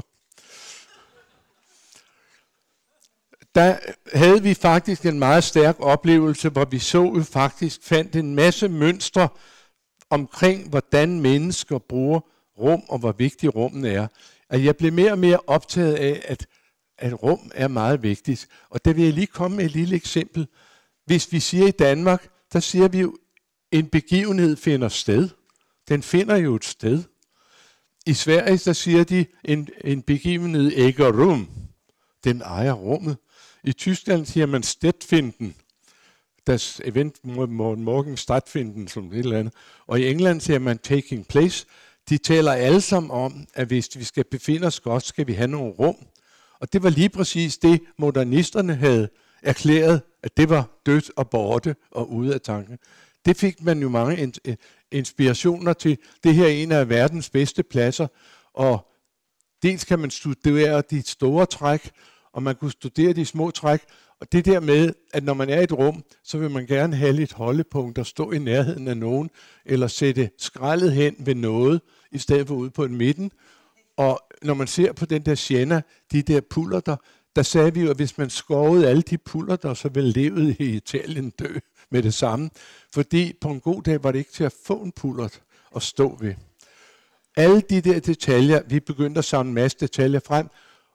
Der havde vi faktisk en meget stærk oplevelse, hvor vi fandt en masse mønstre omkring, hvordan mennesker bruger rum, og hvor vigtig rummen er. Og jeg blev mere og mere optaget af, at rum er meget vigtigt. Og der vil jeg lige komme med et lille eksempel. Hvis vi siger i Danmark, der siger vi jo, en begivenhed finder sted. Den finder jo et sted. I Sverige, der siger de, en begivenhed æger rum. Den ejer rummet. I Tyskland siger man Stattfinden. Das Event morgen stattfinden, som et eller andet. Og i England siger man taking place. De taler alle sammen om, at hvis vi skal befinde os godt, skal vi have nogle rum. Og det var lige præcis det, modernisterne havde erklæret, at det var dødt og borte og ude af tanken. Det fik man jo mange inspirationer til. Det her er en af verdens bedste pladser, og dels kan man studere de store træk, og man kunne studere de små træk. Og det der med, at når man er i et rum, så vil man gerne have lidt holdepunkt og stå i nærheden af nogen, eller sætte skraldet hen ved noget, i stedet for ude på en midten. Og når man ser på den der Siena, de der pullerter, der sagde vi jo, at hvis man skårede alle de pullerter, så ville livet i Italien dø med det samme. Fordi på en god dag var det ikke til at få en pullert at stå ved. Alle de der detaljer, vi begyndte at samle en masse detaljer frem.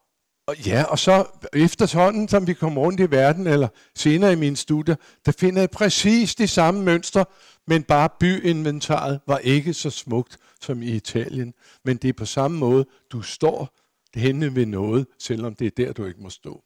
Og så efterhånden, som vi kom rundt i verden, eller senere i mine studier, der finder jeg præcis de samme mønstre, men bare byinventaret var ikke så smukt som i Italien. Men det er på samme måde, du står henne ved noget, selvom det er der, du ikke må stå.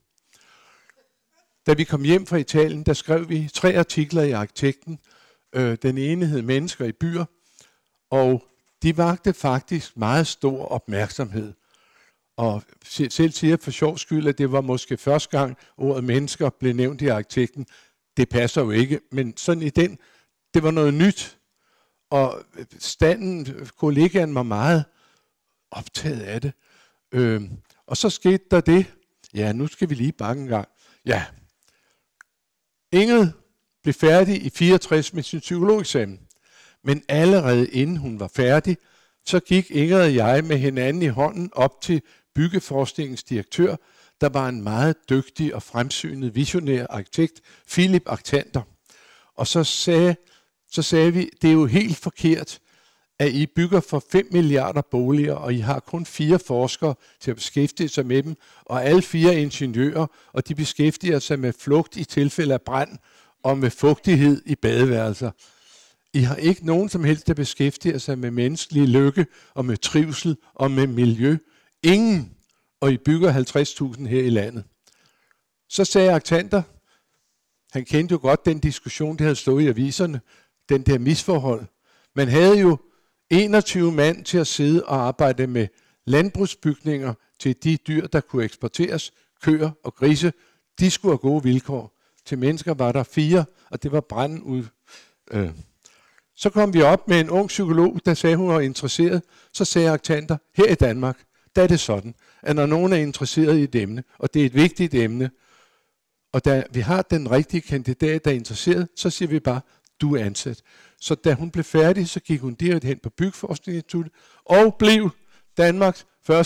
Da vi kom hjem fra Italien, der skrev vi 3 artikler i Arkitekten. Den ene hed Mennesker i byer, og de vakte faktisk meget stor opmærksomhed. Og selv siger for sjov skyld, at det var måske første gang ordet mennesker blev nævnt i Arkitekten. Det passer jo ikke, men sådan i den, det var noget nyt. Og kollegaen var meget optaget af det. Og så skete der det. Ja, nu skal vi lige bakke en gang. Ja. Ingrid blev færdig i 64 med sin psykologeksamen. Men allerede inden hun var færdig, så gik Ingrid og jeg med hinanden i hånden op til byggeforskningens direktør, der var en meget dygtig og fremsynet visionær arkitekt, Philip Arctander. Og så sagde vi, det er jo helt forkert, at I bygger for 5 milliarder boliger, og I har kun 4 forskere til at beskæftige sig med dem, og alle 4 ingeniører, og de beskæftiger sig med flugt i tilfælde af brand, og med fugtighed i badeværelser. I har ikke nogen som helst, der beskæftiger sig med menneskelig lykke, og med trivsel, og med miljø. Ingen, og I bygger 50.000 her i landet. Så sagde Arctander, han kendte jo godt den diskussion, der havde stået i aviserne, den der misforhold. Man havde jo 21 mand til at sidde og arbejde med landbrugsbygninger til de dyr, der kunne eksporteres, køer og grise. De skulle have gode vilkår. Til mennesker var der 4, og det var branden ud. Så kom vi op med en ung psykolog, der sagde, hun var interesseret. Så sagde Arctander, her i Danmark, der er det sådan, at når nogen er interesseret i et emne, og det er et vigtigt emne, og da vi har den rigtige kandidat, der er interesseret, så siger vi bare, du er ansat. Så da hun blev færdig, så gik hun direkte hen på Byggeforskningsinstituttet, og blev Danmarks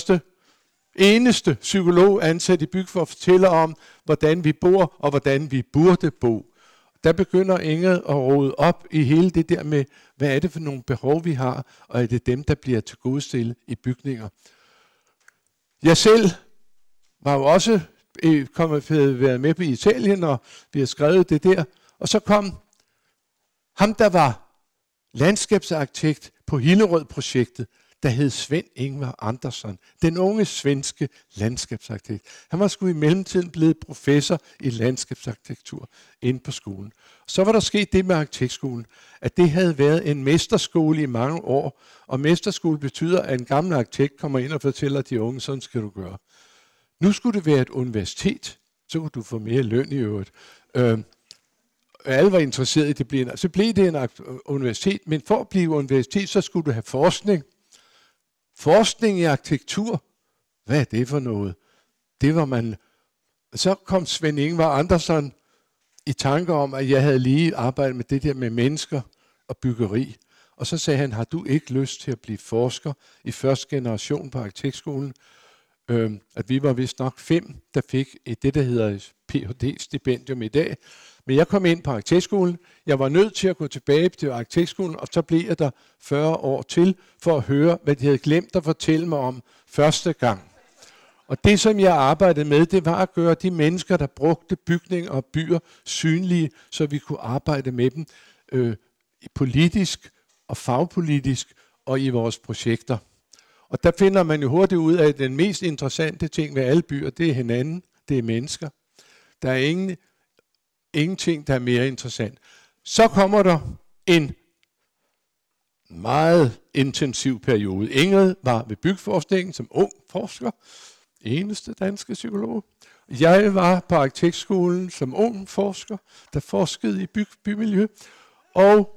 eneste psykolog ansat i Bygge for at fortælle om, hvordan vi bor, og hvordan vi burde bo. der begynder Ingrid at rode op i hele det der med, hvad er det for nogle behov, vi har, og er det dem, der bliver tilgodestillet i bygninger. Jeg selv var jo også været med på Italien, og vi har skrevet det der, og så kom ham, der var landskabsarkitekt på Hillerød-projektet, der hed Svend Ingvar Andersson, den unge svenske landskabsarkitekt. Han var sgu i mellemtiden blevet professor i landskabsarkitektur inde på skolen. Så var der sket det med arkitektskolen, at det havde været en mesterskole i mange år, og mesterskole betyder, at en gammel arkitekt kommer ind og fortæller de unge, sådan skal du gøre. Nu skulle det være et universitet, så kunne du få mere løn i øvrigt. Alle var interesseret i, at det blev så blev det en universitet, men for at blive universitet, så skulle du have forskning. Forskning i arkitektur, hvad er det for noget? Det var man. Så kom Svend Ingvar Andersson i tanke om, at jeg havde lige arbejdet med det der med mennesker og byggeri. Og så sagde han, har du ikke lyst til at blive forsker i første generation på arkitektskolen? At vi var vist nok 5, der fik det, der hedder Ph.D.-stipendium i dag. Men jeg kom ind på arkitektskolen. Jeg var nødt til at gå tilbage til arkitektskolen, og så blev jeg der 40 år til, for at høre, hvad de havde glemt at fortælle mig om første gang. Og det, som jeg arbejdede med, det var at gøre de mennesker, der brugte bygninger og byer, synlige, så vi kunne arbejde med dem politisk og fagpolitisk og i vores projekter. Og der finder man jo hurtigt ud af, at den mest interessante ting ved alle byer, det er hinanden, det er mennesker. Der er ingenting, der er mere interessant. Så kommer der en meget intensiv periode. Ingrid var ved byggeforskningen som ung forsker, eneste danske psykolog. Jeg var på arkitektskolen som ung forsker, der forskede i bymiljø, og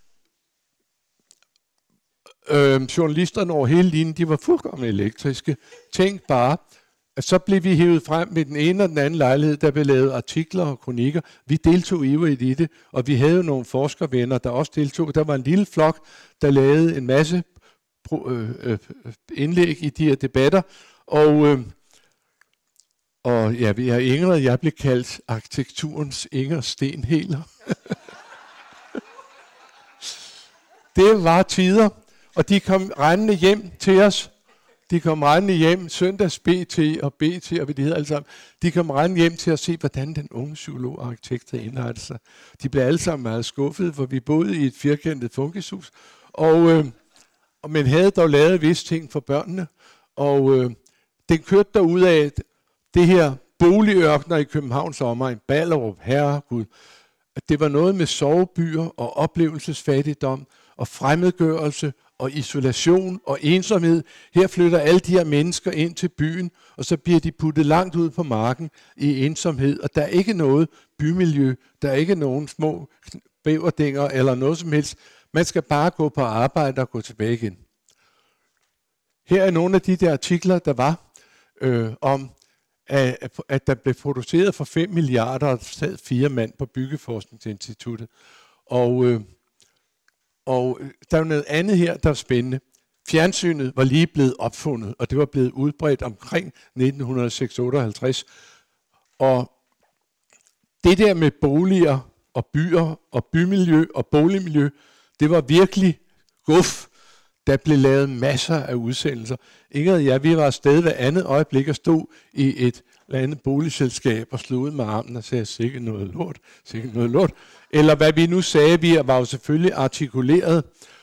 journalisterne over hele linjen, de var fuldkommen elektriske. Tænk bare, at så blev vi hævet frem med den ene og den anden lejlighed, der blev lavet artikler og kronikker. Vi deltog ivrigt i det, og vi havde jo nogle forskervenner, der også deltog. Der var en lille flok, der lavede en masse indlæg i de her debatter, og ja, vi er Ingrid, og jeg blev kaldt arkitekturens Inger Stenheler. Det var tider, og de kom rendende hjem til os. De kom rendende hjem, søndags BT og BT, og hvad de hedder alle sammen. De kom rendende hjem til at se, hvordan den unge psykolog og arkitekt havde indrettet sig. De blev alle sammen meget skuffede, for vi boede i et firkantet funkishus, men havde dog lavet visse ting for børnene. Og den kørte derud af det her boligørkner i Københavns omegn, Ballerup, Herregud. At det var noget med sovebyer og oplevelsesfattigdom og fremmedgørelse og isolation og ensomhed. Her flytter alle de her mennesker ind til byen, og så bliver de puttet langt ud på marken i ensomhed. Og der er ikke noget bymiljø, der er ikke nogen små bæverdinger eller noget som helst. Man skal bare gå på arbejde og gå tilbage igen. Her er nogle af de der artikler, der var om, at der blev produceret for 5 milliarder, og sad 4 mand på Byggeforskningsinstituttet. Og der er noget andet her, der er spændende. Fjernsynet var lige blevet opfundet, og det var blevet udbredt omkring 1956. Og det der med boliger og byer og bymiljø og boligmiljø, det var virkelig guf. Der blev lavet masser af udsendelser. Ingrid og jeg, vi var afsted hver andet øjeblik og stod i et eller andet boligselskab og slog ud med armen og sagde, sikkert noget lort, sikkert noget lort. Eller hvad vi nu sagde, vi var jo selvfølgelig artikuleret.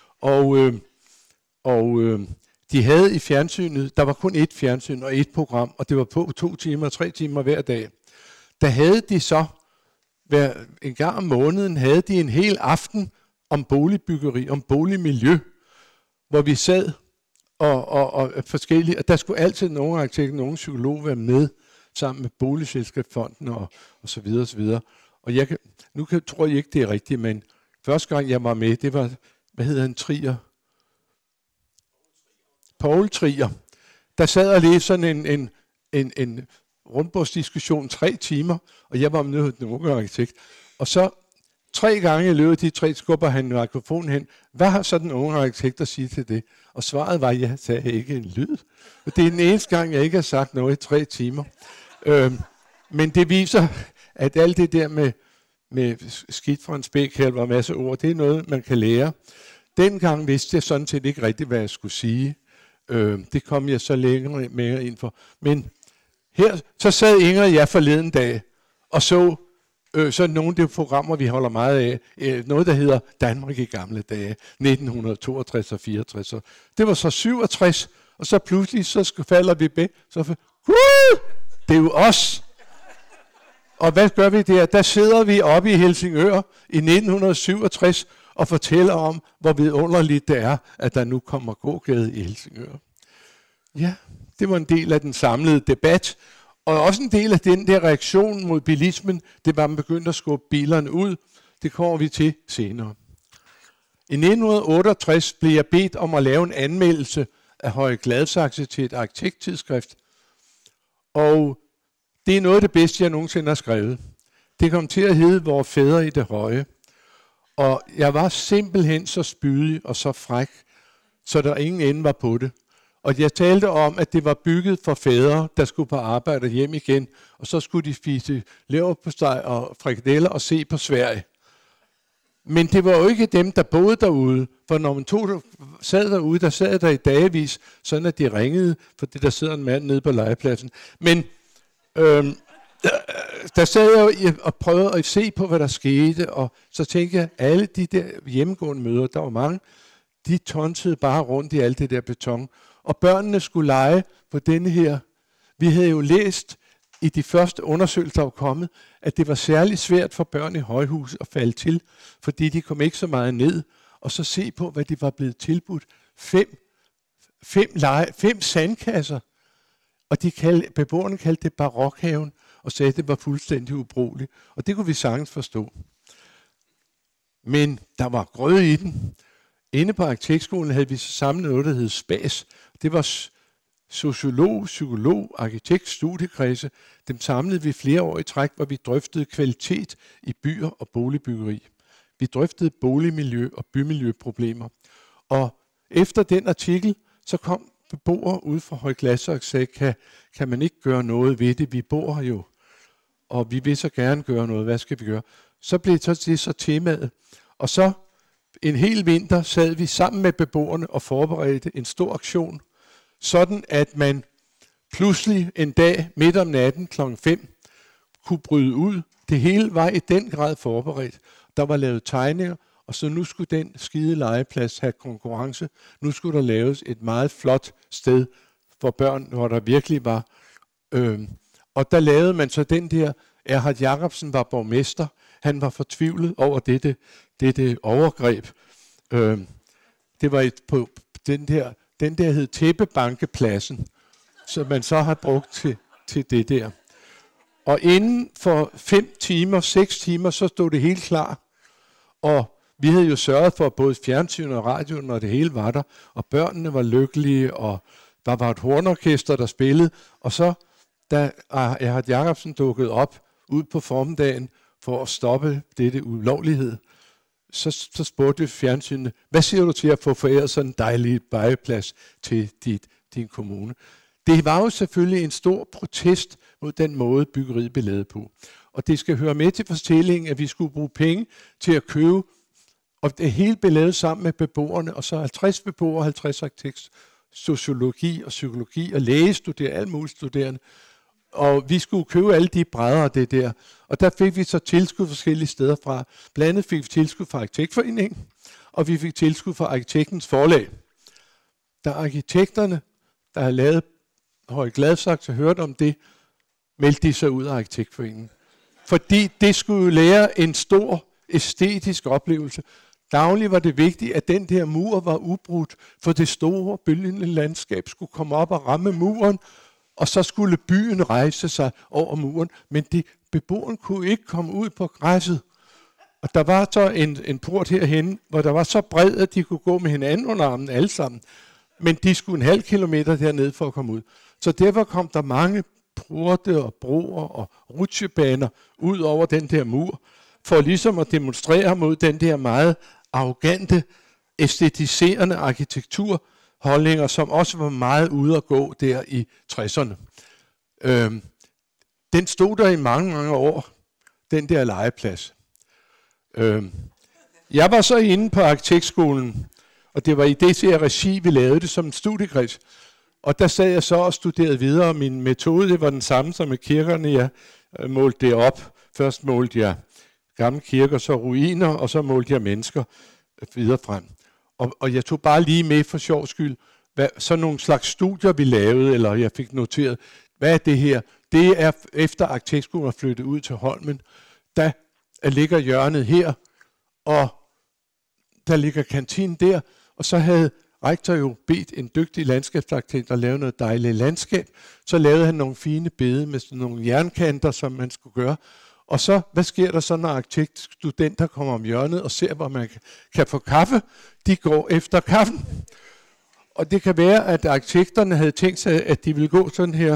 Og de havde i fjernsynet, der var kun ét fjernsyn og ét program, og det var på 2 timer og 3 timer hver dag. Der havde de så, en gang om måneden, havde de en hel aften om boligbyggeri, om boligmiljø, hvor vi sad og forskellige, og der skulle altid nogle arkitekter, nogle psykologer være med, sammen med Boligselskabsfonden og så videre og så videre. Og tror jeg ikke, det er rigtigt, men første gang jeg var med, det var, hvad hedder han, Trier? Poul Trier. Der sad og læste sådan en rundbordsdiskussion 3 timer, og jeg var med den unge arkitekt. Og så 3 gange i løbet af de 3 skubber han mikrofonen hen. Hvad har så den unge arkitekt at sige til det? Og svaret var, at jeg sagde ikke en lyd. Og det er den eneste gang, jeg ikke har sagt noget i 3 timer. Men det viser, at alt det der med skidt fra en spækkalv og masse ord. Det er noget, man kan lære. Dengang vidste jeg sådan set ikke rigtigt, hvad jeg skulle sige. Det kom jeg så længere mere ind for. Men her, så sad Inger og jeg forleden dag og så nogle af de programmer, vi holder meget af. Noget, der hedder Danmark i gamle dage, 1962 og 64. Det var så 67, og så pludselig så falder vi bag. Det er jo os! Og hvad gør vi der? Der sidder vi oppe i Helsingør i 1967 og fortæller om, hvor vidunderligt det er, at der nu kommer gågade i Helsingør. Ja, det var en del af den samlede debat, og også en del af den der reaktion mod bilismen, det var, at man begyndte at skubbe bilerne ud. Det kommer vi til senere. I 1968 blev jeg bedt om at lave en anmeldelse af Høje Gladsaxe til et arkitekttidsskrift, og det er noget af det bedste, jeg nogensinde har skrevet. Det kom til at hedde Vore Fædre i det Høje. Og jeg var simpelthen så spydig og så fræk, så der ingen ende var på det. Og jeg talte om, at det var bygget for fædre, der skulle på arbejde hjem igen, og så skulle de spise leverpostej og frikadeller og se på Sverige. Men det var jo ikke dem, der boede derude, for når man sad derude, der sad der i dagevis, sådan at de ringede, fordi der sidder en mand nede på legepladsen. Men der sad jeg og prøvede at se på, hvad der skete, og så tænkte jeg, alle de der hjemmegående møder, der var mange, de tonsede bare rundt i alt det der beton. Og børnene skulle lege på denne her. Vi havde jo læst i de første undersøgelser, der var kommet, at det var særligt svært for børn i højhus at falde til, fordi de kom ikke så meget ned, og så se på, hvad de var blevet tilbudt. 5 sandkasser. Og beboerne kaldte det barokhaven, og sagde, at det var fuldstændig ubrugeligt. Og det kunne vi sagtens forstå. Men der var grøde i den. Inde på arkitektskolen havde vi så samlet noget, der hed SPAS. Det var sociolog, psykolog, arkitekt, studiekredse. Dem samlede vi flere år i træk, hvor vi drøftede kvalitet i byer og boligbyggeri. Vi drøftede boligmiljø og bymiljøproblemer. Og efter den artikel, så kom beboere ude fra Høje Gladsaxe og sagde, kan man ikke gøre noget ved det? Vi bor her jo, og vi vil så gerne gøre noget. Hvad skal vi gøre? Så blev det så temaet. Og så en hel vinter sad vi sammen med beboerne og forberedte en stor aktion, sådan at man pludselig en dag midt om natten kl. 5 kunne bryde ud. Det hele var i den grad forberedt. Der var lavet tegninger, og så nu skulle den skide legeplads have konkurrence. Nu skulle der laves et meget flot sted for børn, hvor der virkelig var. Og der lavede man så den der, Erhard Jacobsen var borgmester. Han var fortvivlet over dette overgreb. Det var på den der hed Tæppebankepladsen, som man så har brugt til det der. Og inden for 6 timer, så stod det helt klar. Og vi havde jo sørget for både fjernsyn og radio, når det hele var der. Og børnene var lykkelige, og der var et hornorkester, der spillede. Og så, da Erhard Jacobsen dukkede op ud på formiddagen for at stoppe dette ulovlighed, så spurgte fjernsynet, hvad siger du til at få foræret sådan en dejlig legeplads til din kommune? Det var jo selvfølgelig en stor protest mod den måde, byggeriet blev lavet på. Og det skal høre med til fortællingen, at vi skulle bruge penge til at købe, og det hele blev lavet sammen med beboerne, og så 50 beboere, 50 arkitekt, sociologi og psykologi og lægestuderende, alle mulige studerende. Og vi skulle købe alle de brædder og det der. Og der fik vi så tilskud forskellige steder fra. Blandt andet fik vi tilskud fra Arkitektforeningen, og vi fik tilskud fra Arkitektens Forlag. Da arkitekterne, der havde lavet Høje Gladsaxe, hørte om det, meldte de sig ud af Arkitektforeningen. Fordi det skulle lære en stor æstetisk oplevelse. Dagligt var det vigtigt, at den der mur var ubrudt, for det store bølgende landskab skulle komme op og ramme muren, og så skulle byen rejse sig over muren, men beboerne kunne ikke komme ud på græsset. Og der var så en port herhen, hvor der var så bred, at de kunne gå med hinanden under armen alle sammen. Men de skulle 0,5 kilometer derned for at komme ud. Så derfor kom der mange porte og broer og rutsjebaner ud over den der mur, for ligesom at demonstrere mod den der meget arrogante, æstetiserende arkitekturholdninger, som også var meget ude at gå der i 60'erne. Den stod der i mange, mange år, den der legeplads. Jeg var så inde på arkitektskolen, og det var i det her regi, vi lavede det som en studiekreds. Og der sad jeg så og studerede videre, og min metode det var den samme som med kirkerne. Jeg målte det op. Først målte jeg gamle kirker, så ruiner, og så målte jeg mennesker videre frem. Og jeg tog bare lige med for sjov skyld, sådan nogle slags studier, vi lavede, eller jeg fik noteret, hvad er det her? Det er efter arkitektskolen er flyttet ud til Holmen, der ligger hjørnet her, og der ligger kantinen der, og så havde rektor jo bedt en dygtig landskabsarkitekt at lave noget dejligt landskab. Så lavede han nogle fine bede med sådan nogle jernkanter, som man skulle gøre. Og så, hvad sker der så, når arkitektstudenter kommer om hjørnet og ser, hvor man kan få kaffe? De går efter kaffen. Og det kan være, at arkitekterne havde tænkt sig, at de ville gå sådan her,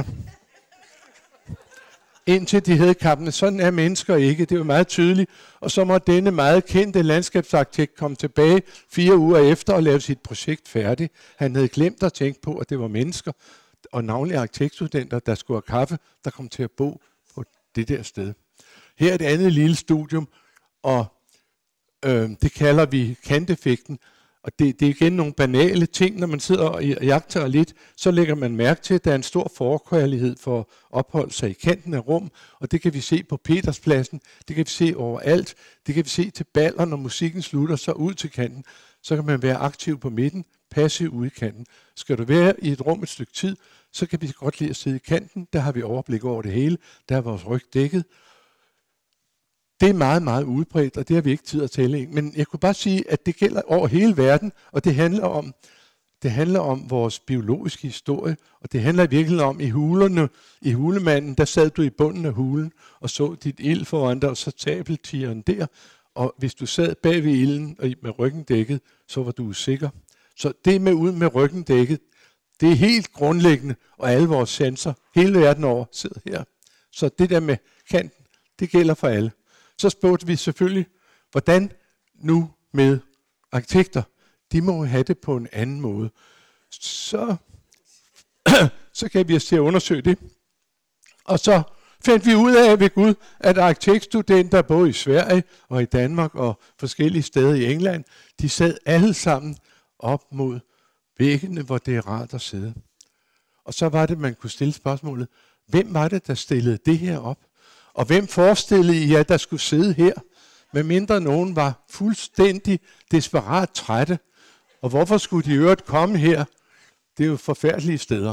indtil de havde kappene. Sådan er mennesker ikke, det er jo meget tydeligt. Og så må denne meget kendte landskabsarkitekt komme tilbage 4 uger efter og lave sit projekt færdigt. Han havde glemt at tænke på, at det var mennesker, og navnlig arkitektstudenter, der skulle have kaffe, der kom til at bo på det der sted. Her er et andet lille studium, og det kalder vi kanteffekten. Og det er igen nogle banale ting, når man sidder og jagter lidt, så lægger man mærke til, at der er en stor forkærlighed for at opholde sig i kanten af rum, og det kan vi se på Peterspladsen, det kan vi se overalt, det kan vi se til baller, når musikken slutter, så ud til kanten, så kan man være aktiv på midten, passiv ude i kanten. Skal du være i et rum et stykke tid, så kan vi godt lide at sidde i kanten, der har vi overblik over det hele, der er vores ryg dækket. Det er meget, meget udbredt, og det har vi ikke tid at tale i. Men jeg kunne bare sige, at det gælder over hele verden, og det handler om vores biologiske historie, og det handler i virkeligheden om i hulerne, i hulemanden, der sad du i bunden af hulen og så dit ild foran dig, og så tabeltigeren der, og hvis du sad bag ved ilden og med ryggen dækket, så var du sikker. Så det med ud med ryggen dækket, det er helt grundlæggende, og alle vores sanser hele verden over sidder her. Så det der med kanten, det gælder for alle. Så spurgte vi selvfølgelig, hvordan nu med arkitekter? De må have det på en anden måde. Så kan vi os til at undersøge det. Og så fandt vi ud af ved Gud, at arkitektstudenter både i Sverige og i Danmark og forskellige steder i England, de sad alle sammen op mod væggene, hvor det er rart at sidde. Og så var det, man kunne stille spørgsmålet, hvem var det, der stillede det her op? Og hvem forestillede I, at der skulle sidde her, medmindre nogen var fuldstændig desperat trætte? Og hvorfor skulle de i øvrigt komme her? Det er jo forfærdelige steder.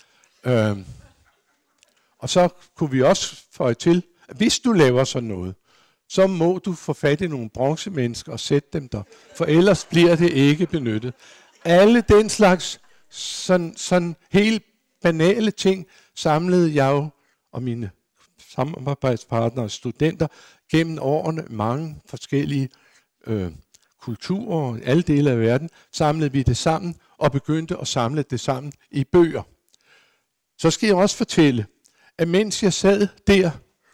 Og så kunne vi også føje til, at hvis du laver sådan noget, så må du få fat i nogle bronzemennesker og sætte dem der, for ellers bliver det ikke benyttet. Alle den slags sådan helt banale ting samlede jeg jo og mine samarbejdspartnere og studenter gennem årene, mange forskellige kulturer, alle dele af verden, samlede vi det sammen og begyndte at samle det sammen i bøger. Så skal jeg også fortælle, at mens jeg sad der,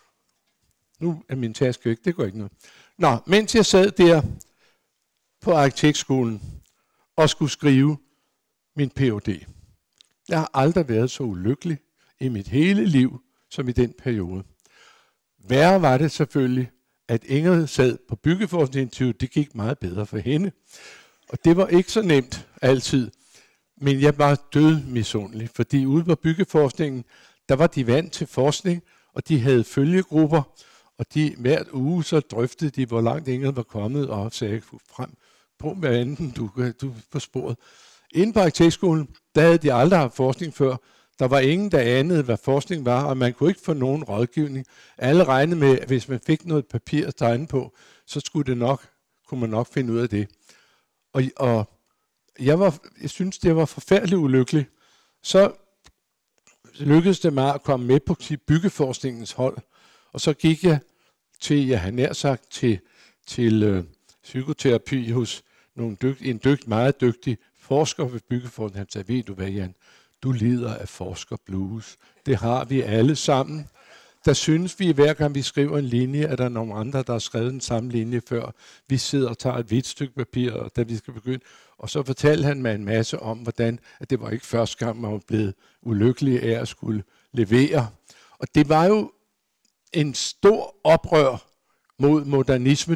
nu er min taske væk, det går ikke noget. Mens jeg sad der på arkitektskolen og skulle skrive min Ph.D. Jeg har aldrig været så ulykkelig i mit hele liv, som i den periode. Værre var det selvfølgelig, at Ingrid sad på Byggeforskningsinstituttet. Det gik meget bedre for hende. Og det var ikke så nemt altid. Men jeg var død misundelig, fordi ude på byggeforskningen, der var de vant til forskning, og de havde følgegrupper, og hvert uge så drøftede de, hvor langt Ingrid var kommet, og sagde frem på hver anden, du er på sporet. Inden på arkitektskolen, der havde de aldrig haft forskning før. Der var ingen, der anede, hvad forskning var, og man kunne ikke få nogen rådgivning. Alle regnede med, at hvis man fik noget papir at tegne på, så kunne man nok finde ud af det. Og jeg synes, det var forfærdeligt ulykkeligt. Så lykkedes det mig at komme med på byggeforskningens hold, og så gik jeg til, jeg har nær sagt, til psykoterapi hos en meget dygtig forsker ved byggeforskning. Han sagde, ved du hvad, Jan? Du lider af forskerblues. Det har vi alle sammen. Der synes vi, hver gang vi skriver en linje, at der er nogle andre, der har skrevet den samme linje før. Vi sidder og tager et hvidt stykke papir, da vi skal begynde. Og så fortalte han mig en masse om, hvordan at det var ikke første gang, man var blevet ulykkelig af at skulle levere. Og det var jo en stor oprør mod modernismen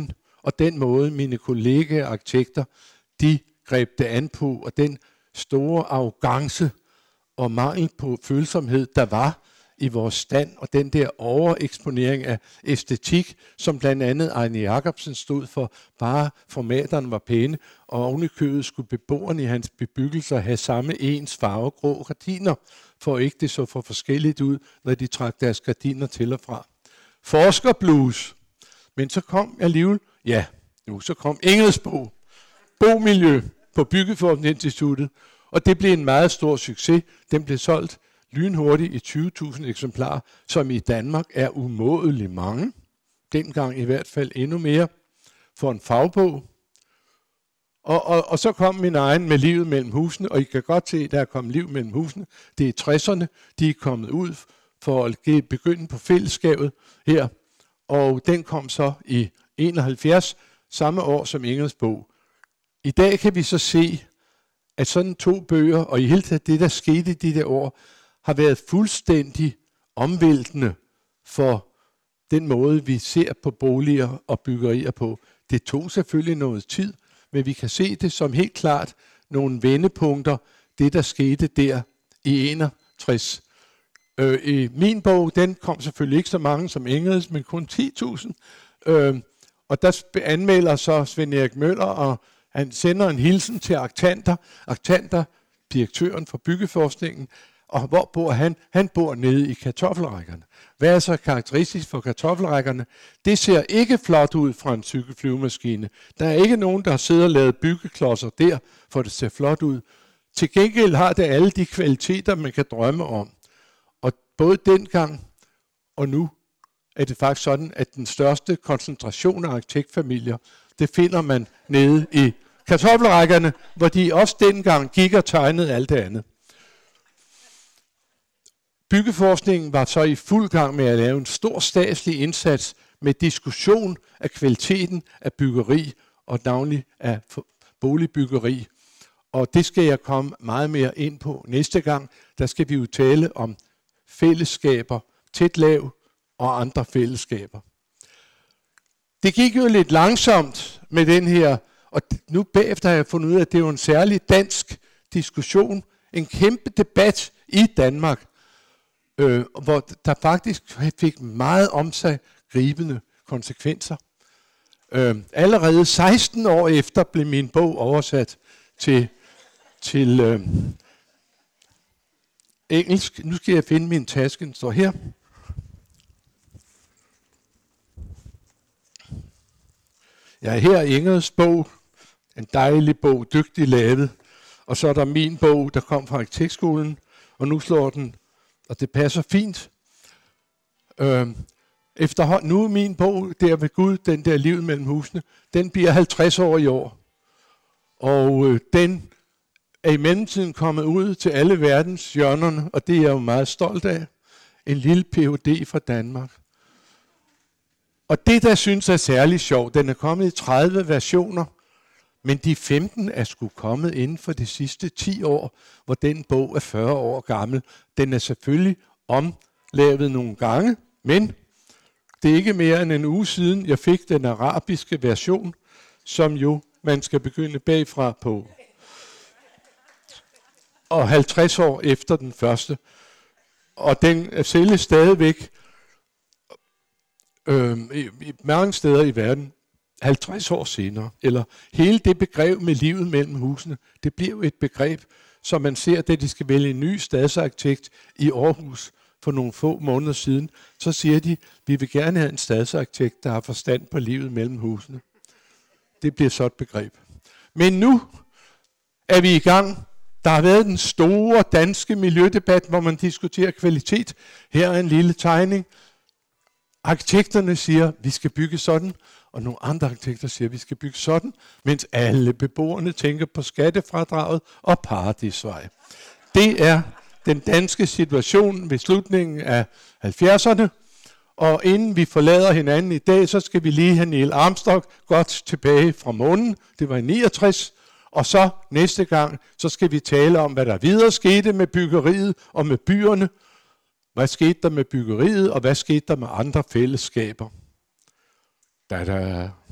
og den måde mine kollegaer arkitekter, de greb det an på, og den store arrogance og mangel på følsomhed, der var i vores stand, og den der overeksponering af æstetik, som blandt andet Ejne Jacobsen stod for, bare formaterne var pæne, og oven i købet skulle beboerne i hans bebyggelser have samme ens farvegrå gardiner, for ikke det så for forskelligt ud, når de trak deres gardiner til og fra. Forskerblues. Men så kom alligevel, så kom Engelsbo, bomiljø på Byggeforskningsinstituttet, og det blev en meget stor succes. Den blev solgt lynhurtigt i 20.000 eksemplarer, som i Danmark er umådelig mange. Dengang i hvert fald endnu mere for en fagbog. Og så kom min egen med Livet mellem husene, og I kan godt se, at der er kommet liv mellem husene. Det er 60'erne, de er kommet ud for at begynde på fællesskabet her. Og den kom så i 71, samme år som Engelsbo. I dag kan vi så se, at sådan 2 bøger, og i hele taget det, der skete i de der år, har været fuldstændig omvæltende for den måde, vi ser på boliger og byggerier på. Det tog selvfølgelig noget tid, men vi kan se det som helt klart nogle vendepunkter, det der skete der i 61. I min bog, den kom selvfølgelig ikke så mange som Engels, men kun 10.000. Og der anmelder så Svend Erik Møller, og han sender en hilsen til Arctanter, direktøren for byggeforskningen. Og hvor bor han? Han bor nede i kartoffelrækkerne. Hvad er så karakteristisk for kartoffelrækkerne? Det ser ikke flot ud fra en cykelflyvemaskine. Der er ikke nogen, der har siddet og lavet byggeklodser der, for det ser flot ud. Til gengæld har det alle de kvaliteter, man kan drømme om. Og både dengang og nu er det faktisk sådan, at den største koncentration af arkitektfamilier, det finder man nede i kartoffelrækkerne, hvor de også dengang gik og tegnede alt det andet. Byggeforskningen var så i fuld gang med at lave en stor statslig indsats med diskussion af kvaliteten af byggeri og navnlig af boligbyggeri. Og det skal jeg komme meget mere ind på næste gang. Der skal vi jo tale om fællesskaber, tæt lav og andre fællesskaber. Det gik jo lidt langsomt med den her, og nu bagefter har jeg fundet ud af, at det er jo en særlig dansk diskussion, en kæmpe debat i Danmark, hvor der faktisk fik meget om sig gribende konsekvenser. Allerede 16 år efter blev min bog oversat til engelsk. Nu skal jeg finde min taske, den står her. Jeg er her i Ingers bog, en dejlig bog, dygtig lavet. Og så er der min bog, der kom fra arkitektskolen, og nu slår den, og det passer fint. Efterhånden, nu er min bog, der ved Gud, den der Livet mellem husene, den bliver 50 år i år. Og den er i mellemtiden kommet ud til alle verdens hjørnerne, og det er jeg jo meget stolt af. En lille Ph.D. fra Danmark. Og det, der synes er særlig sjovt, den er kommet i 30 versioner, men de 15 er sgu kommet inden for de sidste 10 år, hvor den bog er 40 år gammel. Den er selvfølgelig omlavet nogle gange, men det er ikke mere end en uge siden, jeg fik den arabiske version, som jo man skal begynde bagfra på. Og 50 år efter den første. Og den sælges stadigvæk i mange steder i verden 50 år senere. Eller hele det begreb med livet mellem husene, det bliver jo et begreb, som man ser, da de skal vælge en ny stadsarkitekt i Aarhus for nogle få måneder siden. Så siger de, vi vil gerne have en stadsarkitekt, der har forstand på livet mellem husene. Det bliver så et begreb. Men nu er vi i gang. Der har været den store danske miljødebat, hvor man diskuterer kvalitet. Her er en lille tegning. Arkitekterne siger, vi skal bygge sådan, og nogle andre arkitekter siger, vi skal bygge sådan, mens alle beboerne tænker på skattefradraget og Paradisvej. Det er den danske situation ved slutningen af 70'erne, og inden vi forlader hinanden i dag, så skal vi lige have Neil Armstrong godt tilbage fra månen. Det var i 69. Og så næste gang, så skal vi tale om, hvad der videre skete med byggeriet og med byerne. Hvad skete der med byggeriet, og hvad skete der med andre fællesskaber? Da-da.